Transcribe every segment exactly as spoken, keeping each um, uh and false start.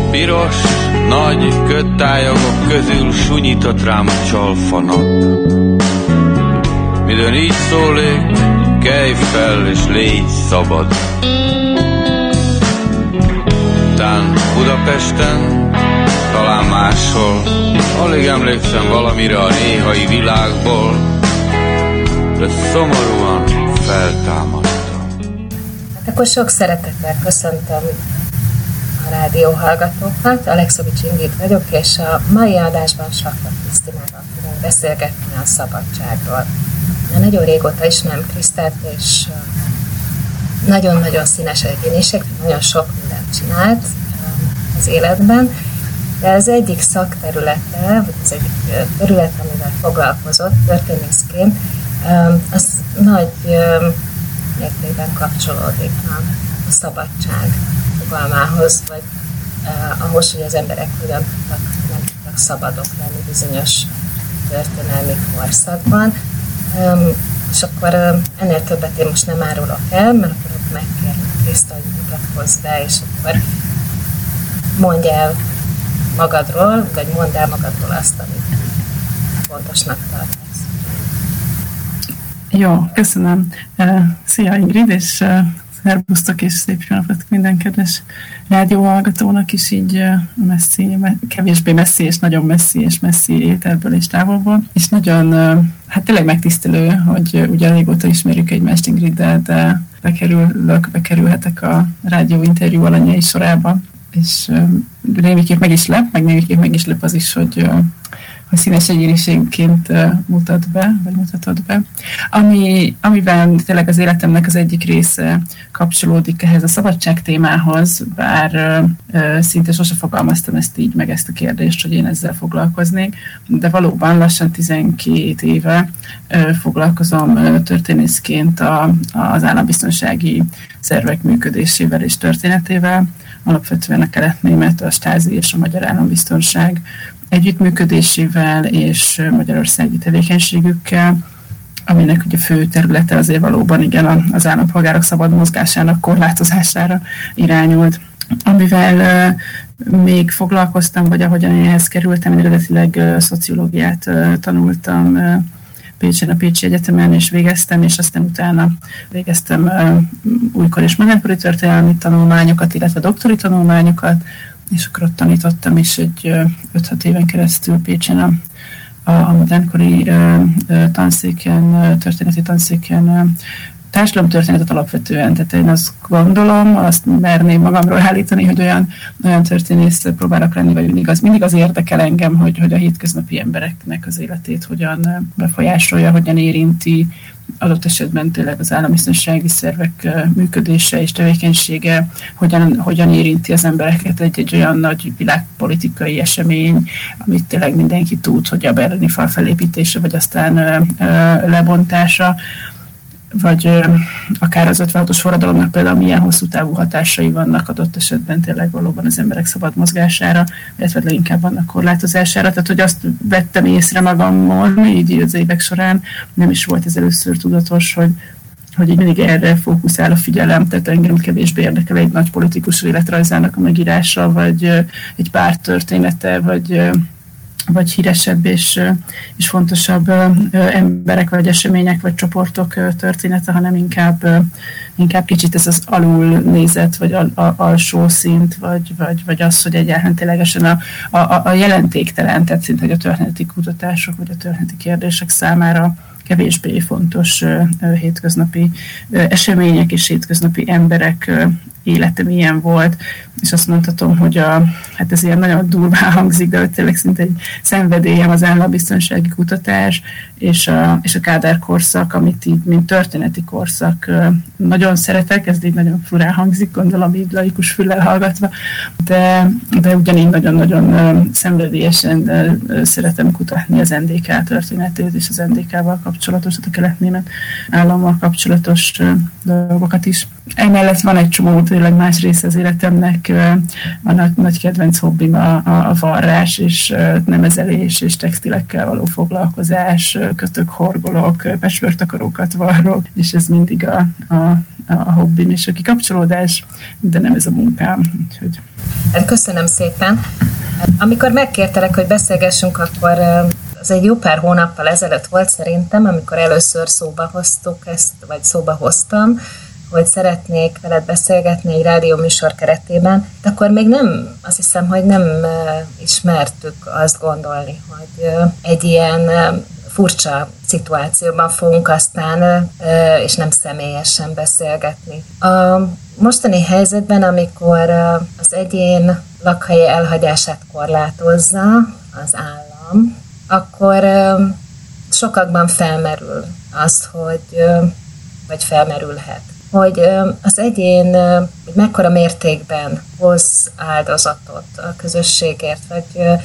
Piros, nagy köttályagok közül sunyított rám a csalfanap. Midőn így szólék, kelj fel és légy szabad. Tán Budapesten, talán máshol, alig emlékszem valamire a néhai világból, de szomorúan feltámadtam. Hát akkor sok szeretettel köszöntöm a rádióhallgatókat. Alexovics Ingrid vagyok, és a mai adásban Sakra Krisztinával fogunk beszélgetni a szabadságról. Már nagyon régóta ismerem Krisztát, és nagyon-nagyon színes egyéniség, nagyon sok mindent csinált az életben, de az egyik szakterülete, vagy az egyik terület, amivel foglalkozott történészként, az nagy mértékben kapcsolódik a szabadság fogalmához, vagy ahhoz, hogy az emberek hogyan tudtak, nem tudtak szabadok lenni bizonyos történelmi korszakban. És akkor ennél többet én most nem árulok el, mert akkor megkérni Kriszta, hogy mutatkozz be, és akkor mondj el magadról, vagy mondd el magadról azt, amit fontosnak tartasz. Jó, köszönöm. Szia Ingrid, és szervusztok, és szép jó napot minden kedves rádióhallgatónak is, így messzi, kevésbé messzi, és nagyon messzi, és messzi éterből és távolból. És nagyon, hát tényleg megtisztelő, hogy ugye régóta ismerjük egymást Ingriddel, de bekerülök, bekerülhetek a rádió interjú alanyai sorába, és némiképp meg is lep, meg némiképp meg is lep az is, hogy hogy színes egyéniségként mutat be, vagy mutatod be. Ami, amiben tényleg az életemnek az egyik része kapcsolódik ehhez a szabadság témához, bár ö, szinte sose fogalmaztam ezt így, meg ezt a kérdést, hogy én ezzel foglalkoznék, de valóban lassan tizenkét éve ö, foglalkozom ö, történészként a, az állambiztonsági szervek működésével és történetével, alapvetően a kelet-német, a stázi és a magyar állambiztonság együttműködésével és magyarországi tevékenységükkel, aminek ugye fő területe azért valóban igen az állampolgárok szabad mozgásának korlátozására irányult. Amivel uh, még foglalkoztam, vagy ahogyan én ehhez kerültem, én eredetileg uh, szociológiát uh, tanultam uh, Pécsen, a Pécsi Egyetemen, és végeztem, és aztán utána végeztem uh, újkor és modernkori történelmi tanulmányokat, illetve doktori tanulmányokat, és akkor ott tanítottam is egy öt-hat éven keresztül Pécsen a, a modernkori tanszéken, történeti tanszéken társadalomtörténetet alapvetően. Tehát én azt gondolom, azt merném magamról állítani, hogy olyan, olyan történész próbálok lenni, vagy mindig az, mindig az érdekel engem, hogy, hogy a hétköznapi embereknek az életét hogyan befolyásolja, hogyan érinti, adott esetben tényleg az állambiztonsági szervek működése és tevékenysége, hogyan, hogyan érinti az embereket egy-egy olyan nagy világpolitikai esemény, amit tényleg mindenki tud, hogy a berlini fal felépítése, vagy aztán ö, ö, lebontása, vagy ö, akár az ötvenhatos forradalomnak például milyen hosszú távú hatásai vannak adott esetben tényleg valóban az emberek szabad mozgására, illetve leginkább vannak korlátozására. Tehát, hogy azt vettem észre magamon, így az évek során, nem is volt ez először tudatos, hogy hogy így mindig erre fókuszál a figyelem, tehát engem kevésbé érdekel egy nagy politikus életrajzának a megírása, vagy egy párt története, vagy vagy híresebb és, és fontosabb emberek, vagy események, vagy csoportok története, hanem inkább, inkább kicsit ez az alulnézet, vagy al, a, alsó szint, vagy, vagy, vagy az, hogy egyáltalán ténylegesen a, a, a jelentéktelen, tehát szinte, hogy a történeti kutatások, vagy a történeti kérdések számára kevésbé fontos hétköznapi események és hétköznapi emberek élete milyen volt, és azt mondhatom, hogy a, hát ez ilyen nagyon durván hangzik, de tényleg szinte egy szenvedélyem az állambiztonsági kutatás, és a, és a Kádár korszak, amit így, mint történeti korszak nagyon szeretek, ez így nagyon furán hangzik, gondolom így laikus füllel hallgatva, de, de ugyanígy nagyon-nagyon szenvedélyesen szeretem kutatni az en dé ká történetét, és az en dé ká-val kapcsolatos, a kelet-német állammal kapcsolatos dolgokat is. Emellett van egy csomó tényleg más része az életemnek, a nagy, nagy kedvenc hobbim a, a, a varrás, és nemezelés, és textilekkel való foglalkozás, kötök, horgolok, patchwork-takarókat varrok, és ez mindig a, a, a hobbim és a kikapcsolódás, de nem ez a munkám. Úgyhogy. Köszönöm szépen. Amikor megkértelek, hogy beszélgessünk, akkor az egy jó pár hónappal ezelőtt volt szerintem, amikor először szóba hoztuk ezt, vagy szóba hoztam, hogy szeretnék veled beszélgetni egy rádióműsor keretében, de akkor még nem, azt hiszem, hogy nem ismertük azt gondolni, hogy egy ilyen furcsa szituációban fogunk aztán, és nem személyesen beszélgetni. A mostani helyzetben, amikor az egyén lakhelyi elhagyását korlátozza az állam, akkor sokakban felmerül az, hogy, vagy felmerülhet, hogy az egyén hogy mekkora mértékben hoz áldozatot a közösségért, vagy,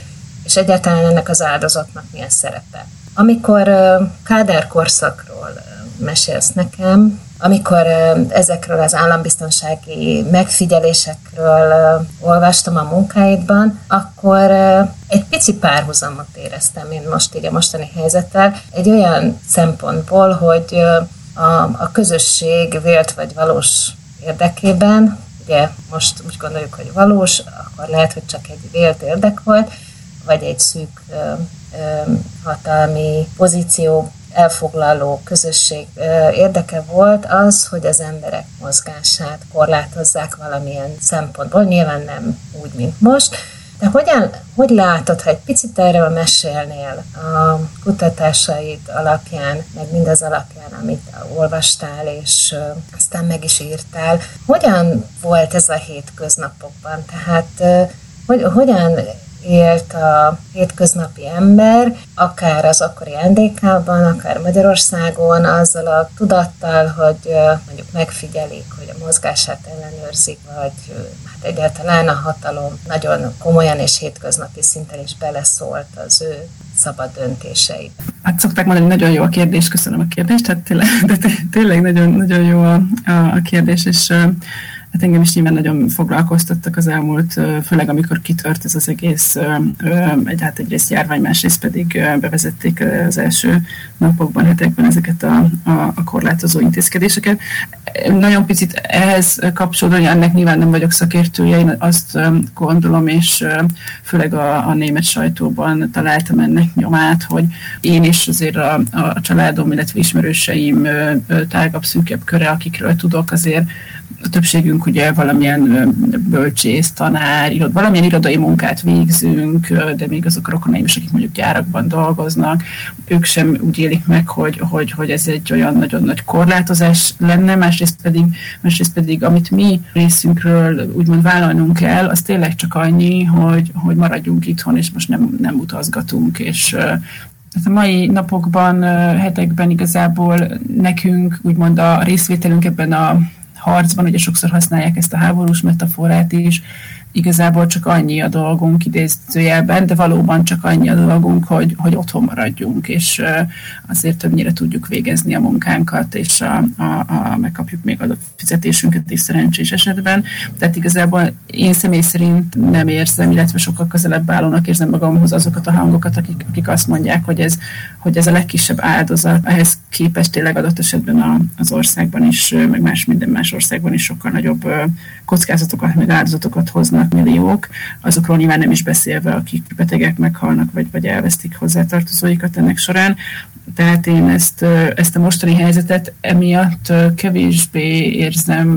és egyáltalán ennek az áldozatnak milyen szerepe. Amikor Kádár korszakról mesélsz nekem, amikor ezekről az állambiztonsági megfigyelésekről olvastam a munkáidban, akkor egy pici párhuzamot éreztem én most így a mostani helyzettel, egy olyan szempontból, hogy a, a közösség vélt vagy valós érdekében, ugye most úgy gondoljuk, hogy valós, akkor lehet, hogy csak egy vélt érdek volt, vagy egy szűk ö, ö, hatalmi pozíció elfoglaló közösség ö, érdeke volt az, hogy az emberek mozgását korlátozzák valamilyen szempontból, nyilván nem úgy, mint most. De hogyan, hogy látod, ha egy picit erről mesélnél a kutatásaid alapján, meg mindaz alapján, amit olvastál, és uh, aztán meg is írtál, hogyan volt ez a hétköznapokban? Tehát uh, hogy, hogyan élt a hétköznapi ember, akár az akkori en dé ká-ban, akár Magyarországon, azzal a tudattal, hogy uh, mondjuk megfigyelik, hogy a mozgását ellenőrzik, vagy uh, hát egyáltalán a hatalom nagyon komolyan és hétköznapi szinten is beleszólt az ő szabad döntéseibe. Hát szokták mondani, nagyon jó a kérdés, köszönöm a kérdést, hát tényleg, de tényleg nagyon, nagyon jó a, a kérdés, és hát engem is nyilván nagyon foglalkoztattak az elmúlt, főleg amikor kitört ez az egész, egy, hát egyrészt járvány, másrészt pedig bevezették az első napokban, hetekben ezeket a, a, a korlátozó intézkedéseket. Nagyon picit ehhez kapcsolódóan, ennek nyilván nem vagyok szakértője, én azt gondolom, és főleg a, a német sajtóban találtam ennek nyomát, hogy én is azért a, a családom, illetve ismerőseim tágabb, szűkebb köre, akikről tudok, azért a többségünk ugye valamilyen bölcsész, tanár, irod, valamilyen irodai munkát végzünk, de még azok a rokonaim is, akik mondjuk gyárakban dolgoznak, ők sem úgy élik meg, hogy, hogy, hogy ez egy olyan nagyon nagy korlátozás lenne, másrészt pedig, másrészt pedig amit mi részünkről úgymond vállalnunk kell, az tényleg csak annyi, hogy, hogy maradjunk itthon, és most nem, nem utazgatunk, és a mai napokban, hetekben igazából nekünk úgymond a részvételünk ebben a harcban, ugye sokszor használják ezt a háborús metaforát is, igazából csak annyi a dolgunk idézőjelben, de valóban csak annyi a dolgunk, hogy, hogy otthon maradjunk, és azért többnyire tudjuk végezni a munkánkat, és a, a, a, megkapjuk még a fizetésünket is szerencsés esetben. Tehát igazából én személy szerint nem érzem, illetve sokkal közelebb állónak érzem magamhoz azokat a hangokat, akik, akik azt mondják, hogy ez, hogy ez a legkisebb áldozat, ehhez képest tényleg adott esetben a, az országban is, meg más minden más országban is sokkal nagyobb kockázatokat, meg áldozatokat hoznak milliók, azokról nyilván nem is beszélve, akik betegek meghalnak, vagy, vagy elvesztik hozzátartozóikat ennek során. Tehát én ezt, ezt a mostani helyzetet emiatt kevésbé érzem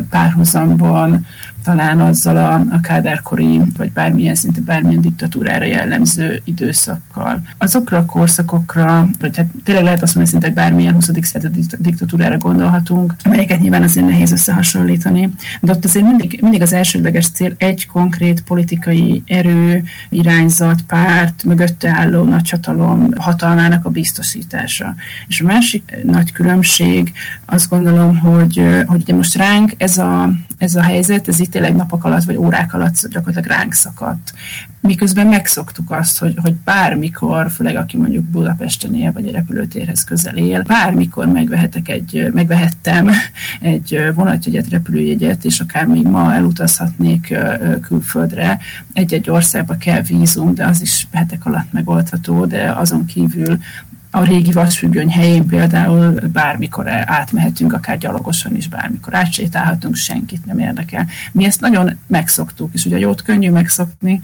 párhuzamban talán azzal a, a kádárkori, vagy bármilyen szinte bármilyen diktatúrára jellemző időszakkal. Azokra a korszakokra, vagy hát tényleg lehet azt mondani, szinte bármilyen huszadik századi diktatúrára gondolhatunk, amelyeket nyilván azért nehéz összehasonlítani, de ott azért mindig, mindig az elsődleges cél egy konkrét politikai erő, irányzat, párt, mögötte álló nagyhatalom hatalmának a biztosítása. És a másik nagy különbség, azt gondolom, hogy, hogy ugye most ránk ez a, ez a helyzet, ez itt tényleg napok alatt vagy órák alatt gyakorlatilag ránk szakadt. Miközben megszoktuk azt, hogy, hogy bármikor, főleg aki mondjuk Budapesten él, vagy egy repülőtérhez közel él, bármikor megvehetek egy, megvehettem egy vonatjegyet, repülőjegyet, és akár még ma elutazhatnék külföldre. Egy-egy országba kell vízum, de az is hetek alatt megoldható, de azon kívül a régi vasfüggöny helyén például bármikor átmehetünk, akár gyalogosan is bármikor átsétálhatunk, senkit nem érdekel. Mi ezt nagyon megszoktuk, és ugye jót könnyű megszokni,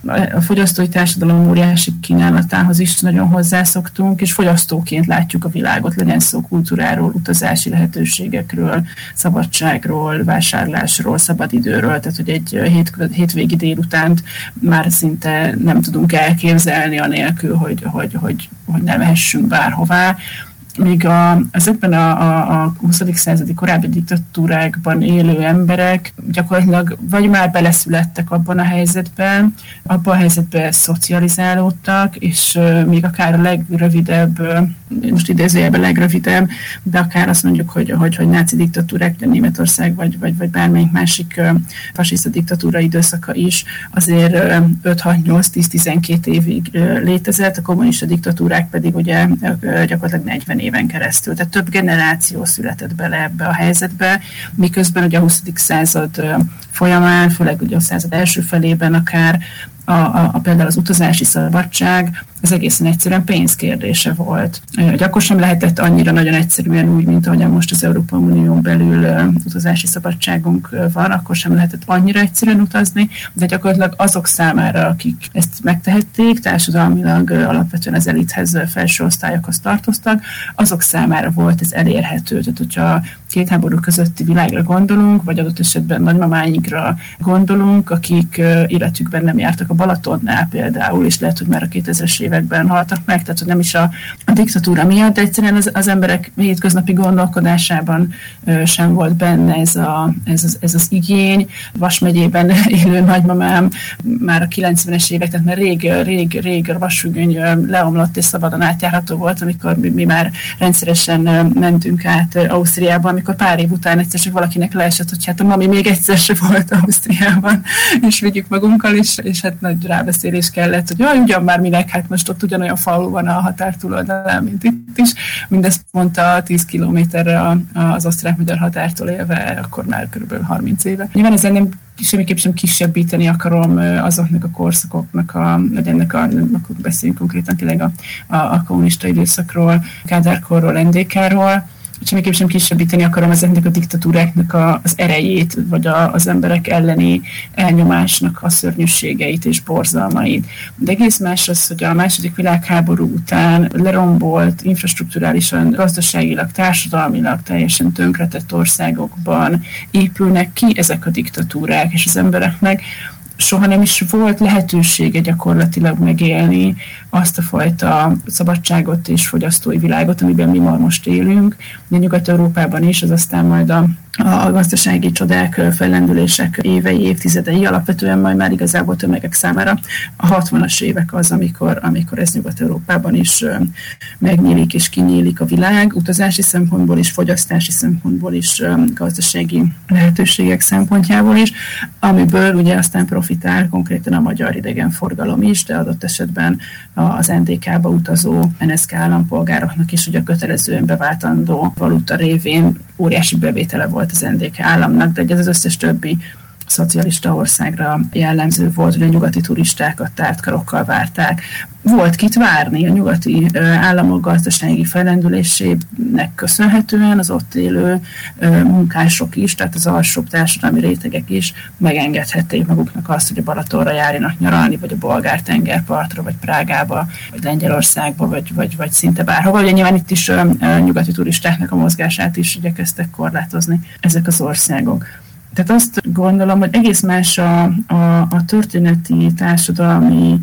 a fogyasztói társadalom óriási kínálatához is nagyon hozzászoktunk, és fogyasztóként látjuk a világot, legyen szó kultúráról, utazási lehetőségekről, szabadságról, vásárlásról, szabadidőről, tehát hogy egy hét, hétvégi délutánt már szinte nem tudunk elképzelni anélkül, hogy, hogy, hogy, hogy ne mehessünk bárhová. Míg a, ezekben a, a, a huszadik századi korábbi diktatúrákban élő emberek gyakorlatilag vagy már beleszülettek abban a helyzetben, abban a helyzetben szocializálódtak, és uh, még akár a legrövidebb, uh, most idézőjelben legrövidebb, de akár azt mondjuk, hogy, hogy, hogy náci diktatúrák, Németország vagy, vagy, vagy bármelyik másik uh, fasiszta diktatúra időszaka is azért uh, öt hat nyolc tíz tizenkét évig uh, létezett, a kommunista diktatúrák pedig ugye uh, gyakorlatilag negyven éven keresztül. Tehát több generáció született bele ebbe a helyzetbe, miközben ugye a huszadik század folyamán, főleg ugye a század első felében akár a, a, a például az utazási szabadság, ez egészen egyszerűen pénzkérdése volt. Hogy akkor sem lehetett annyira nagyon egyszerűen úgy, mint ahogyan most az Európai Unión belül uh, utazási szabadságunk uh, van, akkor sem lehetett annyira egyszerűen utazni, de gyakorlatilag azok számára, akik ezt megtehették, társadalmilag uh, alapvetően az elithez, uh, felső osztályokhoz tartoztak, azok számára volt ez elérhető. Tehát, hogyha két háború közötti világra gondolunk, vagy adott esetben nagymamáinkra gondolunk, akik uh, életükben nem jártak a Balatonnál például, és lehet, hogy már a kétezres években haltak meg, tehát hogy nem is a, a diktatúra miatt, de egyszerűen az, az emberek hétköznapi gondolkodásában ö, sem volt benne ez, a, ez, az, ez az igény. Vas megyében élő nagymamám már a kilencvenes évek, tehát már rég, rég, rég a vasfüggöny leomlott és szabadon átjárható volt, amikor mi, mi már rendszeresen mentünk át Ausztriába, amikor pár év után egyszer csak valakinek leesett, hogy hát a mami még egyszer se volt Ausztriában, és vigyük magunkkal, és, és hát nagy rábeszélés kellett, hogy jaj, ugyan már minek, hát most ott ugyanolyan falu van a határ túloldalán, mint itt is. Mindezt mondta tíz kilométerre az osztrák-magyar határtól élve, akkor már kb. harminc éve. Nyilván ezzel nem semmiképp sem kisebbíteni akarom azoknak a korszakoknak, a, vagy ennek a, akkor beszéljünk konkrétan tényleg a, a, a kommunista időszakról, Kádárkorról, en dé ká-ról, semmiképp sem kisebbíteni akarom ezeknek a diktatúráknak a, az erejét, vagy a, az emberek elleni elnyomásnak a szörnyűségeit és borzalmait. De egész más az, hogy a második világháború után lerombolt, infrastrukturálisan, gazdaságilag, társadalmilag teljesen tönkretett országokban épülnek ki ezek a diktatúrák, és az embereknek soha nem is volt lehetősége gyakorlatilag megélni azt a fajta szabadságot és fogyasztói világot, amiben mi ma most élünk. De Nyugat-Európában is, az aztán majd a, a gazdasági csodák, fellendülések évei, évtizedei, alapvetően majd már igazából tömegek számára a hatvanas évek az, amikor, amikor ez Nyugat-Európában is megnyílik és kinyílik a világ, utazási szempontból is, fogyasztási szempontból is, gazdasági lehetőségek szempontjából is, amiből ugye aztán profitál konkrétan a magyar idegenforgalom is, de adott esetben az en dé ká-ba utazó en es ká állampolgároknak is ugye a kötelezően beváltandó valuta révén óriási bevétele volt az en dé ká államnak, de ez az összes többi szocialista országra jellemző volt, hogy a nyugati turistákat tártkarokkal várták. Volt kit várni a nyugati államok gazdasági fellendülésének köszönhetően, az ott élő munkások is, tehát az alsóbb társadalmi rétegek is megengedhették maguknak azt, hogy a Balatonra járjanak nyaralni, vagy a bolgár tengerpartra, vagy Prágába, vagy Lengyelországba, vagy, vagy, vagy szinte bárhova. Ugye nyilván itt is nyugati turistáknak a mozgását is igyekeztek korlátozni ezek az országok. Tehát azt gondolom, hogy egész más a, a, a történeti, társadalmi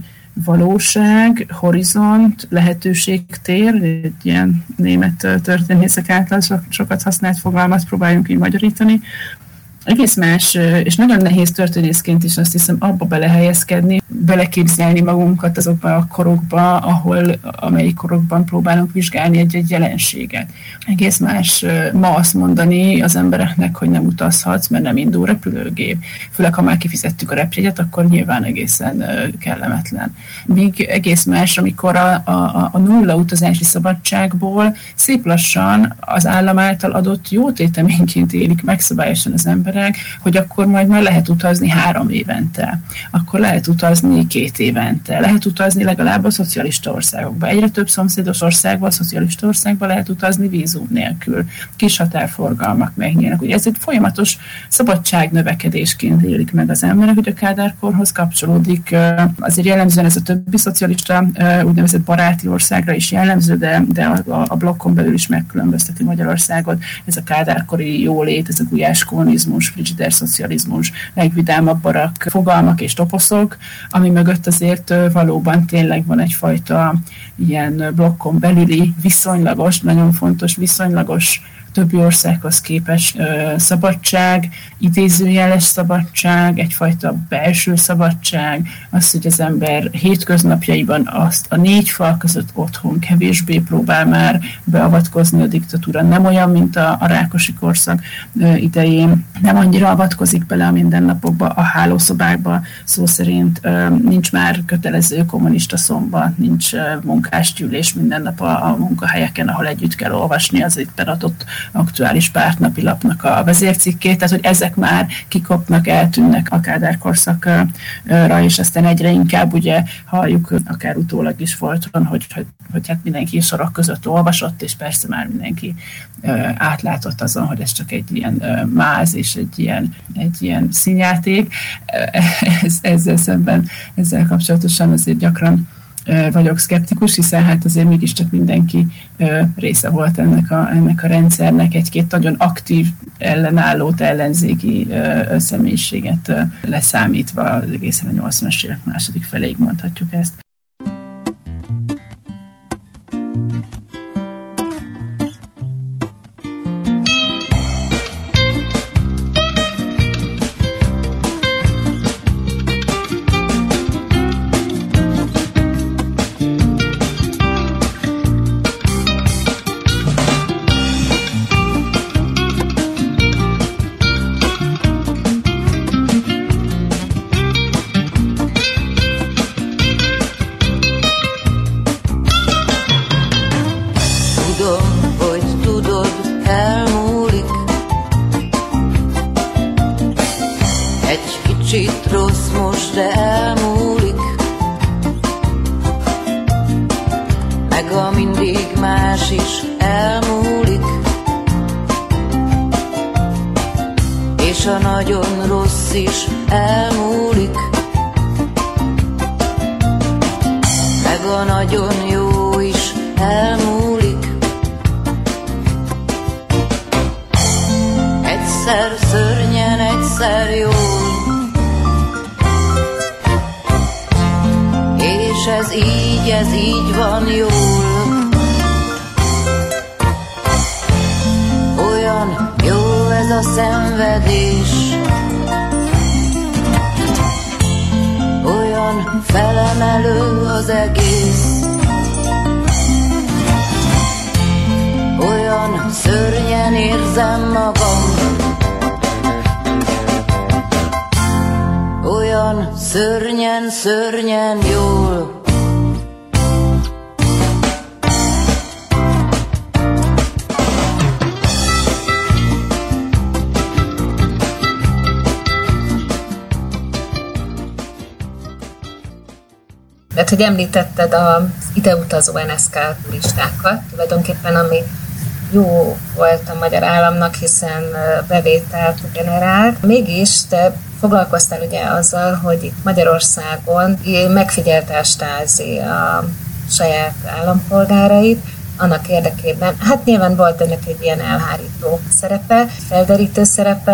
valóság, horizont, lehetőségtér, egy ilyen német történészek által sokat használt fogalmat próbáljunk így magyarítani. Egész más, és nagyon nehéz történészként is azt hiszem abba belehelyezkedni, beleképzelni magunkat azokba a korokba, ahol, amelyik korokban próbálunk vizsgálni egy-egy jelenséget. Egész más ma azt mondani az embereknek, hogy nem utazhatsz, mert nem indul repülőgép. Főleg, ha már kifizettük a repjegyet, akkor nyilván egészen kellemetlen. Míg egész más, amikor a, a, a nulla utazási szabadságból szép lassan az állam által adott jótéteményként élik megszabályosan az emberek, hogy akkor majd már lehet utazni három évente, akkor lehet utazni két évente, lehet utazni legalább a szocialista országokba. Egyre több szomszédos országban, a szocialista országban lehet utazni vízum nélkül. Kis határforgalmak megnyílnak. Ugye ez egy folyamatos szabadságnövekedésként élik meg az emberek, hogy a Kádár-korhoz kapcsolódik. Azért jellemzően ez a többi szocialista, úgynevezett baráti országra is jellemző, de, de a, a blokkon belül is megkülönbözteti Magyarországot. Ez a Kádár-kori jólét, ez a gulyáskommunizmus, frigider szocializmus, legvidámabbak fogalmak és toposzok, ami mögött azért valóban tényleg van egyfajta ilyen blokkon belüli viszonylagos, nagyon fontos viszonylagos többi országhoz képest ö, szabadság, idézőjeles szabadság, egyfajta belső szabadság, az, hogy az ember hétköznapjaiban azt a négy fal között otthon kevésbé próbál már beavatkozni a diktatúra. Nem olyan, mint a, a Rákosi korszak ö, idején, nem annyira avatkozik bele a mindennapokba, a hálószobákba, szó szerint ö, nincs már kötelező kommunista szombat, nincs ö, munkásgyűlés minden nap a, a munkahelyeken, ahol együtt kell olvasni az éppen adott aktuális pártnapilapnak a vezércikkét, tehát hogy ezek már kikopnak, eltűnnek a Kádár korszakra, és aztán egyre inkább ugye halljuk, akár utólag is volt, hogy, hogy, hogy hát mindenki sorok között olvasott, és persze már mindenki átlátott azon, hogy ez csak egy ilyen máz és egy ilyen, egy ilyen színjáték. Ez, ezzel szemben, ezzel kapcsolatosan azért gyakran vagyok szkeptikus, hiszen hát azért mégiscsak mindenki része volt ennek a, ennek a rendszernek, egy-két nagyon aktív ellenállót, ellenzéki személyiséget leszámítva, az egészen a nyolcvanas évek második feléig mondhatjuk ezt. Szörnyen, szörnyen jól. Tehát, hogy említetted az ideutazó en es ká turistákat, tulajdonképpen ami jó volt a magyar államnak, hiszen bevételt generált. Mégis te foglalkoztál ugye azzal, hogy itt Magyarországon megfigyelte a Stázi a saját állampolgárait, annak érdekében, hát nyilván volt ennek egy ilyen elhárító szerepe, felderítő szerepe,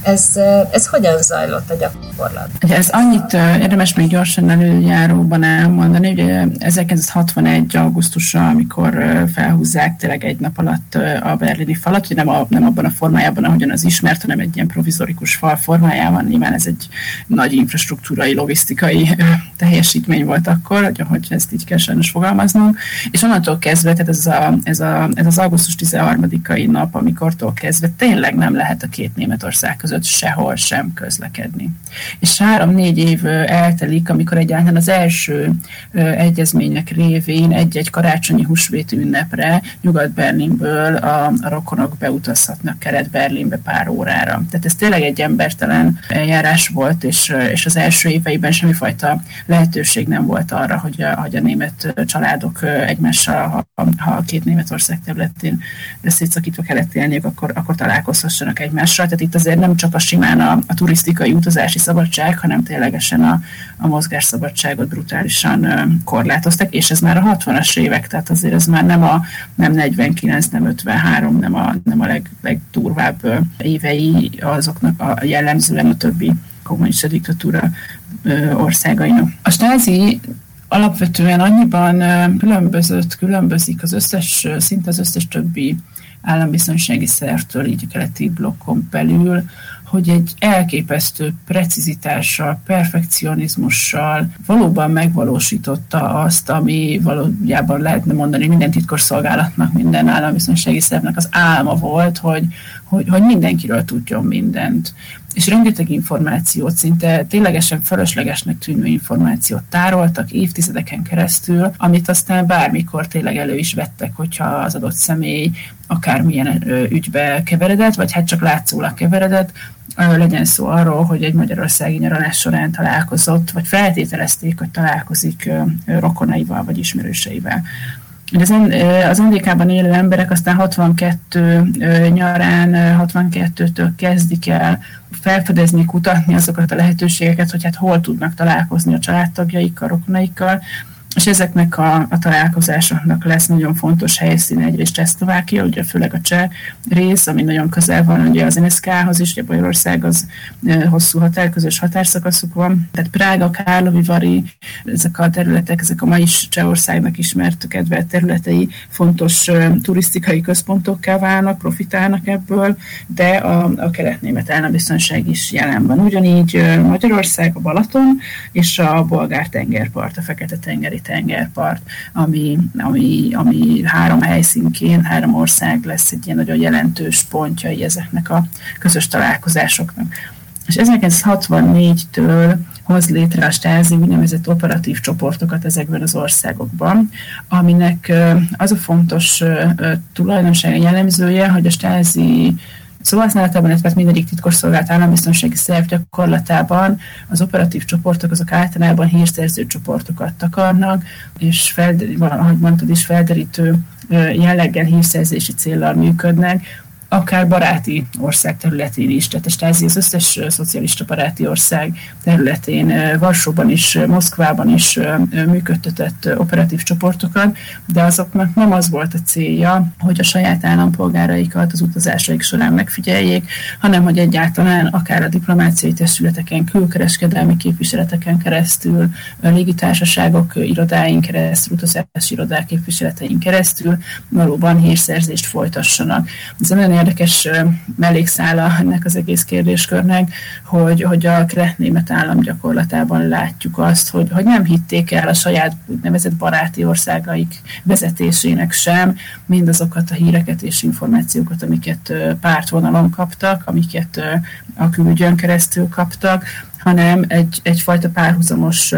Ez, ez hogyan zajlott a gyakorlatban? Ez annyit érdemes még gyorsan előjáróban elmondani, hogy ezerkilencszázhatvanegy augusztusa, amikor felhúzzák tényleg egy nap alatt a berlini falat, hogy nem, a, nem abban a formájában, ahogyan az ismert, hanem egy ilyen provizorikus fal formájában. Nyilván ez egy nagy infrastruktúrai, logisztikai teljesítmény volt akkor, hogy ahogy ezt így kell sajnos fogalmaznunk. És onnantól kezdve, tehát ez, a, ez, a, ez az augusztus tizenharmadikai nap, amikortól kezdve tényleg nem lehet a két Németország között sehol sem közlekedni. És három-négy év eltelik, amikor egyáltalán az első egyezmények révén egy-egy karácsonyi húsvéti ünnepre Nyugat-Berlinből a, a rokonok beutazhatnak Kelet-Berlinbe pár órára. Tehát ez tényleg egy embertelen eljárás volt, és, és az első éveiben semmifajta lehetőség nem volt arra, hogy a, hogy a német családok egymással, ha, ha a két Németország területén szétszakítva kellett élniük, akkor, akkor találkozhassanak egymással. Tehát itt azért nem csak a simán a, a turisztikai utazási szabadság, hanem ténylegesen a, a mozgásszabadságot brutálisan ö, korlátoztak, és ez már a hatvanas évek, tehát azért ez már nem a nem negyvenkilenc, nem ötvenhárom, nem a, nem a leg, legdurvább ö, évei azoknak a jellemzően a többi kommunista diktatúra ö, országainak. A Stázi alapvetően annyiban ö, különbözött, különbözik az összes, szinte az összes többi állambiztonsági szervtől, így a keleti blokkon belül, hogy egy elképesztő precizitással, perfekcionizmussal valóban megvalósította azt, ami valójában lehetne mondani minden titkosszolgálatnak, minden állambiztonsági szervnek az álma volt, hogy, hogy, hogy mindenkiről tudjon mindent. És rengeteg információt, szinte ténylegesen fölöslegesnek tűnő információt tároltak évtizedeken keresztül, amit aztán bármikor tényleg elő is vettek, hogyha az adott személy akármilyen ügybe keveredett, vagy hát csak látszólag keveredett, legyen szó arról, hogy egy magyarországi nyaralás során találkozott, vagy feltételezték, hogy találkozik rokonaival, vagy ismerőseivel. Az en dé ká-ban élő emberek aztán hatvankettő nyarán, hatvankettőtől kezdik el felfedezni, kutatni azokat a lehetőségeket, hogy hát hol tudnak találkozni a családtagjaikkal, rokonaikkal, és ezeknek a, a találkozásoknak lesz nagyon fontos helyszíne egyrészt Csehszlovákia, ugye főleg a cseh rész, ami nagyon közel van ugye az en es ká-hoz is, ugye Bajorország az e, hosszú határ, közös határszakaszuk van. Tehát Prága, Karlovy Vary, ezek a területek, ezek a ma is Csehországnak ismert, kedvelt területei fontos e, turisztikai központokká válnak, profitálnak ebből, de a, a kelet-német állambiztonság is jelen van. Ugyanígy e, Magyarország, a Balaton és a bolgár tengerpart, a Fekete-tengeri tengerpart, ami, ami, ami három helyszínként, három ország lesz egy ilyen nagyon jelentős pontjai ezeknek a közös találkozásoknak. És ezerkilencszázhatvannégytől hoz létre a Stázi úgynevezett operatív csoportokat ezekben az országokban, aminek az a fontos tulajdonsága, jellemzője, hogy a Stázi szóhasználatában, illetve mindegyik titkosszolgált állambiztonsági szerv gyakorlatában az operatív csoportok azok általában hírszerző csoportokat takarnak, és fel, ahogy mondtad is, felderítő jelleggel, hírszerzési céllal működnek, akár baráti ország területén is, tehát a Stázi az összes szocialista baráti ország területén, Varsóban is, Moszkvában is működtetett operatív csoportokat, de azoknak nem az volt a célja, hogy a saját állampolgáraikat az utazásaik során megfigyeljék, hanem hogy egyáltalán akár a diplomáciai testületeken, külkereskedelmi képviseleteken keresztül, légitársaságok irodáin keresztül, utazási irodák képviseletein keresztül valóban hírszerzést folytassanak. Ez nagyon érdekes mellékszála ennek az egész kérdéskörnek, hogy, hogy a kelet-német állam gyakorlatában látjuk azt, hogy, hogy nem hitték el a saját úgynevezett baráti országaik vezetésének sem mindazokat a híreket és információkat, amiket pártvonalon kaptak, amiket a külügyön keresztül kaptak, hanem egy, egyfajta párhuzamos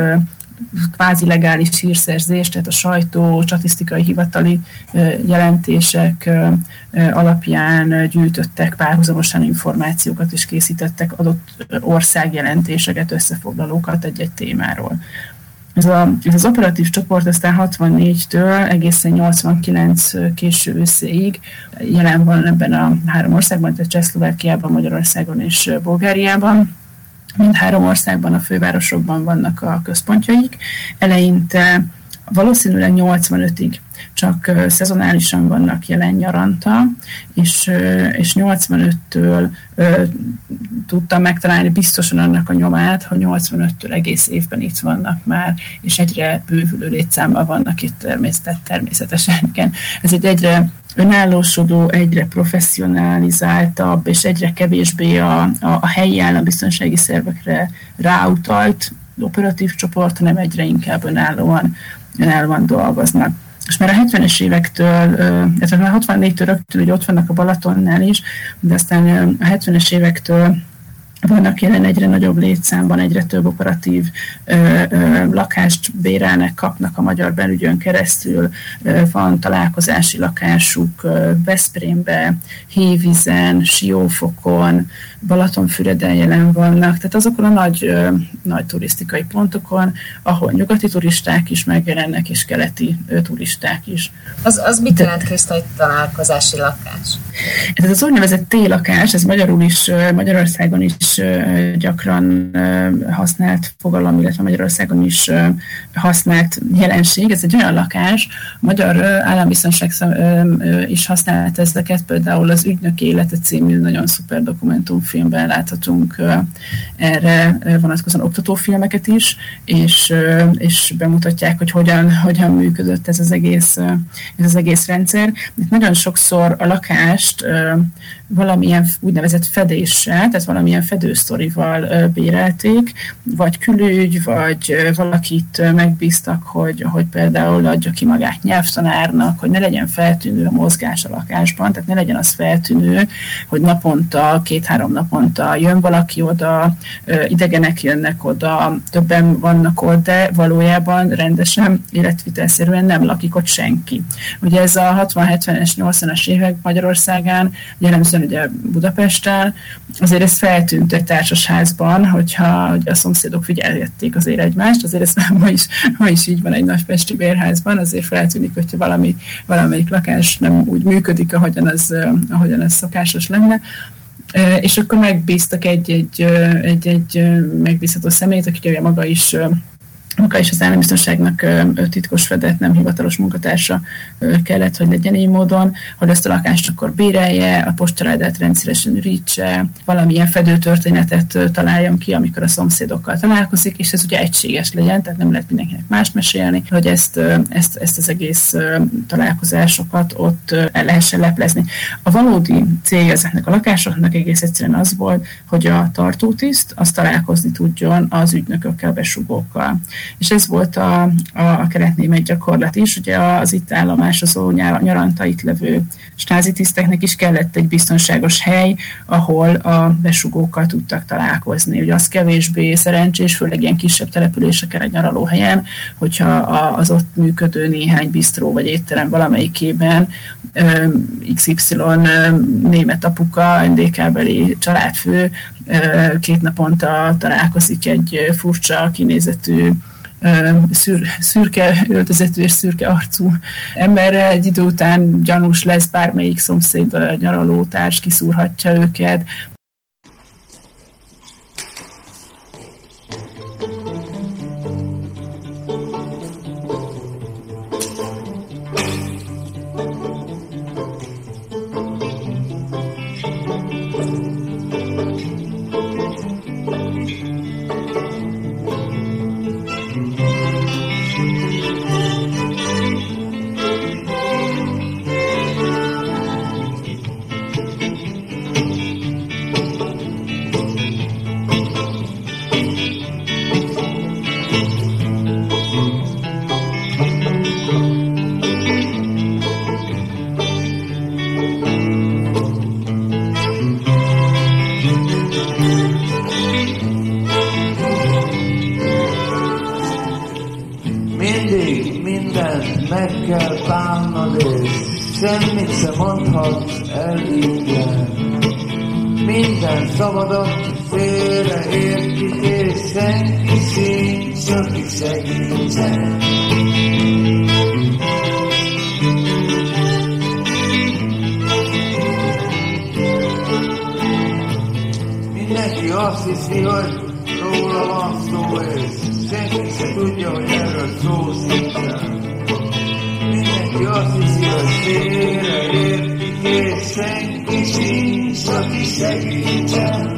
kvázi legális hírszerzés, tehát a sajtó, statisztikai hivatali jelentések alapján gyűjtöttek párhuzamosan információkat és készítettek adott országjelentéseket, összefoglalókat egy-egy témáról. Ez, a, ez az operatív csoport aztán hatvannégytől egészen nyolcvankilenc késő őszéig jelen van ebben a három országban, tehát Csehszlovákiában, Magyarországon és Bulgáriában. Mindhárom országban, a fővárosokban vannak a központjaik. Eleinte valószínűleg nyolcvanötig csak szezonálisan vannak jelen nyaranta, és, és nyolcvanöttől tudtam megtalálni biztosan annak a nyomát, hogy nyolcvanöttől egész évben itt vannak már, és egyre bővülő létszámmal vannak itt természet, természetesen. Igen. Ez egy egyre önállósodó, egyre professzionalizáltabb, és egyre kevésbé a, a, a helyi állambiztonsági szervekre ráutalt operatív csoport, hanem egyre inkább önállóan, önállóan dolgoznak. És már a hetvenes évektől, illetve a hatvannégytől rögtön, hogy ott vannak a Balatonnál is, de aztán a hetvenes évektől vannak jelen egyre nagyobb létszámban, egyre több operatív ö, ö, lakást bérelnek, kapnak a Magyar Belügyön keresztül, ö, van találkozási lakásuk ö, Veszprémbe, Hévízen, Siófokon, Balatonfüreden jelen vannak, tehát azokon a nagy, ö, nagy turisztikai pontokon, ahol nyugati turisták is megjelennek, és keleti ö, turisták is. Az, az mit jelent, Kriszta, hogy találkozási lakás? Ez az úgynevezett T-lakás, ez magyarul is, Magyarországon is gyakran használt fogalom, illetve Magyarországon is használt jelenség. Ez egy olyan lakás, a Magyar Állambiztonság is használt ezeket, például az Ügynök élete című nagyon szuper dokumentumfilmben láthatunk erre vonatkozóan oktatófilmeket is, és, és bemutatják, hogy hogyan, hogyan működött ez az egész, ez az egész rendszer. Itt nagyon sokszor a lakást valamilyen úgynevezett fedéssel, tehát valamilyen fedősztorival bérelték, vagy külügy, vagy valakit megbíztak, hogy, hogy például adja ki magát nyelvtanárnak, hogy ne legyen feltűnő a mozgás a lakásban, tehát ne legyen az feltűnő, hogy naponta, két-három naponta jön valaki oda, idegenek jönnek oda, többen vannak ott, de valójában rendesen, életvitelszerűen nem lakik ott senki. Ugye ez a hatvan, hetvenes, nyolcvanas évek Magyarországán, jellemzően ugye Budapesten, azért ez feltűnt egy társasházban, hogyha hogy a szomszédok figyelgették azért egymást, azért ez ma is, ma is így van egy nagy pesti bérházban, azért feltűnik, hogyha valami, valamelyik lakás nem úgy működik, ahogyan az, ahogyan az szokásos lenne. És akkor megbíztak egy-egy, egy-egy megbízható személyt, aki ugye maga is maga is az állambiztonságnak titkos fedett, nem hivatalos munkatársa kellett, hogy legyen így módon, hogy ezt a lakást akkor bérelje, a postaládát rendszeresen ürítse, valamilyen fedőtörténetet találjon ki, amikor a szomszédokkal találkozik, és ez ugye egységes legyen, tehát nem lehet mindenkinek mást mesélni, hogy ezt, ezt, ezt az egész találkozásokat ott el lehessen leplezni. A valódi célja ezeknek a lakásoknak egész egyszerűen az volt, hogy a tartótiszt az találkozni tudjon az ügynökökkel, besugókkal. És ez volt a, a kelet-német gyakorlat is. Ugye az itt állomásozó nyaranta itt levő stázitiszteknek is kellett egy biztonságos hely, ahol a besugókkal tudtak találkozni. Ugye az kevésbé szerencsés, főleg ilyen kisebb településeken, egy nyaralóhelyen, hogyha az ott működő néhány bisztró vagy étterem valamelyikében iksz ipszilon német apuka, en dé ká-beli családfő két naponta találkozik egy furcsa kinézetű, szür, szürke öltözetű és szürke arcú emberre, egy idő után gyanús lesz, bármelyik szomszéd nyaralótárs kiszúrhatja őket. Semmit sem mondhatsz el ingyen. Minden szabadon félre értik, és senki sincs, aki segítsen. Mindenki azt hiszi, hogy róla van szó, és senki se tudja, hogy erről szó sincsen. senki sincs, aki segítsen.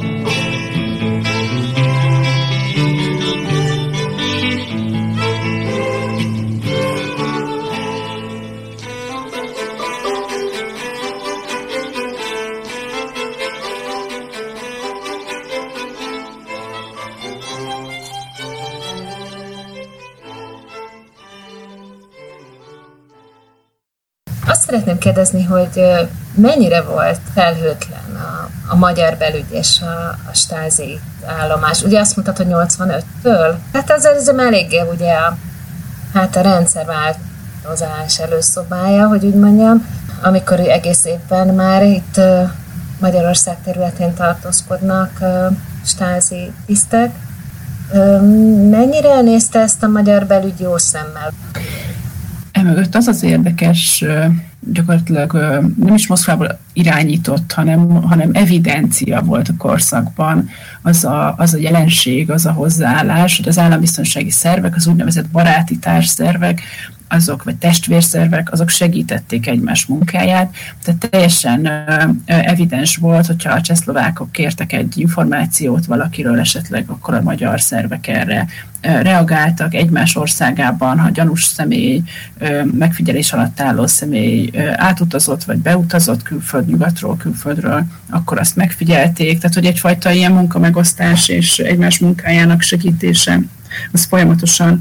Azt szeretném kérdezni, hogy mennyire volt felhőtlen a, a magyar belügy és a, a stázi állomás. Ugye azt mondtad, hogy nyolcvanöttől? Hát ez, ez eléggé ugye a, hát a rendszerváltozás előszobája, hogy úgy mondjam, amikor egész évben már itt Magyarország területén tartózkodnak stázi tisztek. Mennyire nézte ezt a magyar belügy jó szemmel? Emögött az az érdekes, gyakorlatilag nem is Moszkvából irányított, hanem, hanem evidencia volt a korszakban, az a, az a jelenség, az a hozzáállás, hogy az állambiztonsági szervek, az úgynevezett baráti társszervek, azok, vagy testvérszervek, azok segítették egymás munkáját. Tehát teljesen evidens volt, hogyha a csehszlovákok kértek egy információt valakiről esetleg, akkor a magyar szervek erre reagáltak egymás országában, ha gyanús személy, megfigyelés alatt álló személy átutazott, vagy beutazott külföld, nyugatról, külföldről, akkor azt megfigyelték. Tehát, hogy egyfajta ilyen munkamegosztás és egymás munkájának segítése, az folyamatosan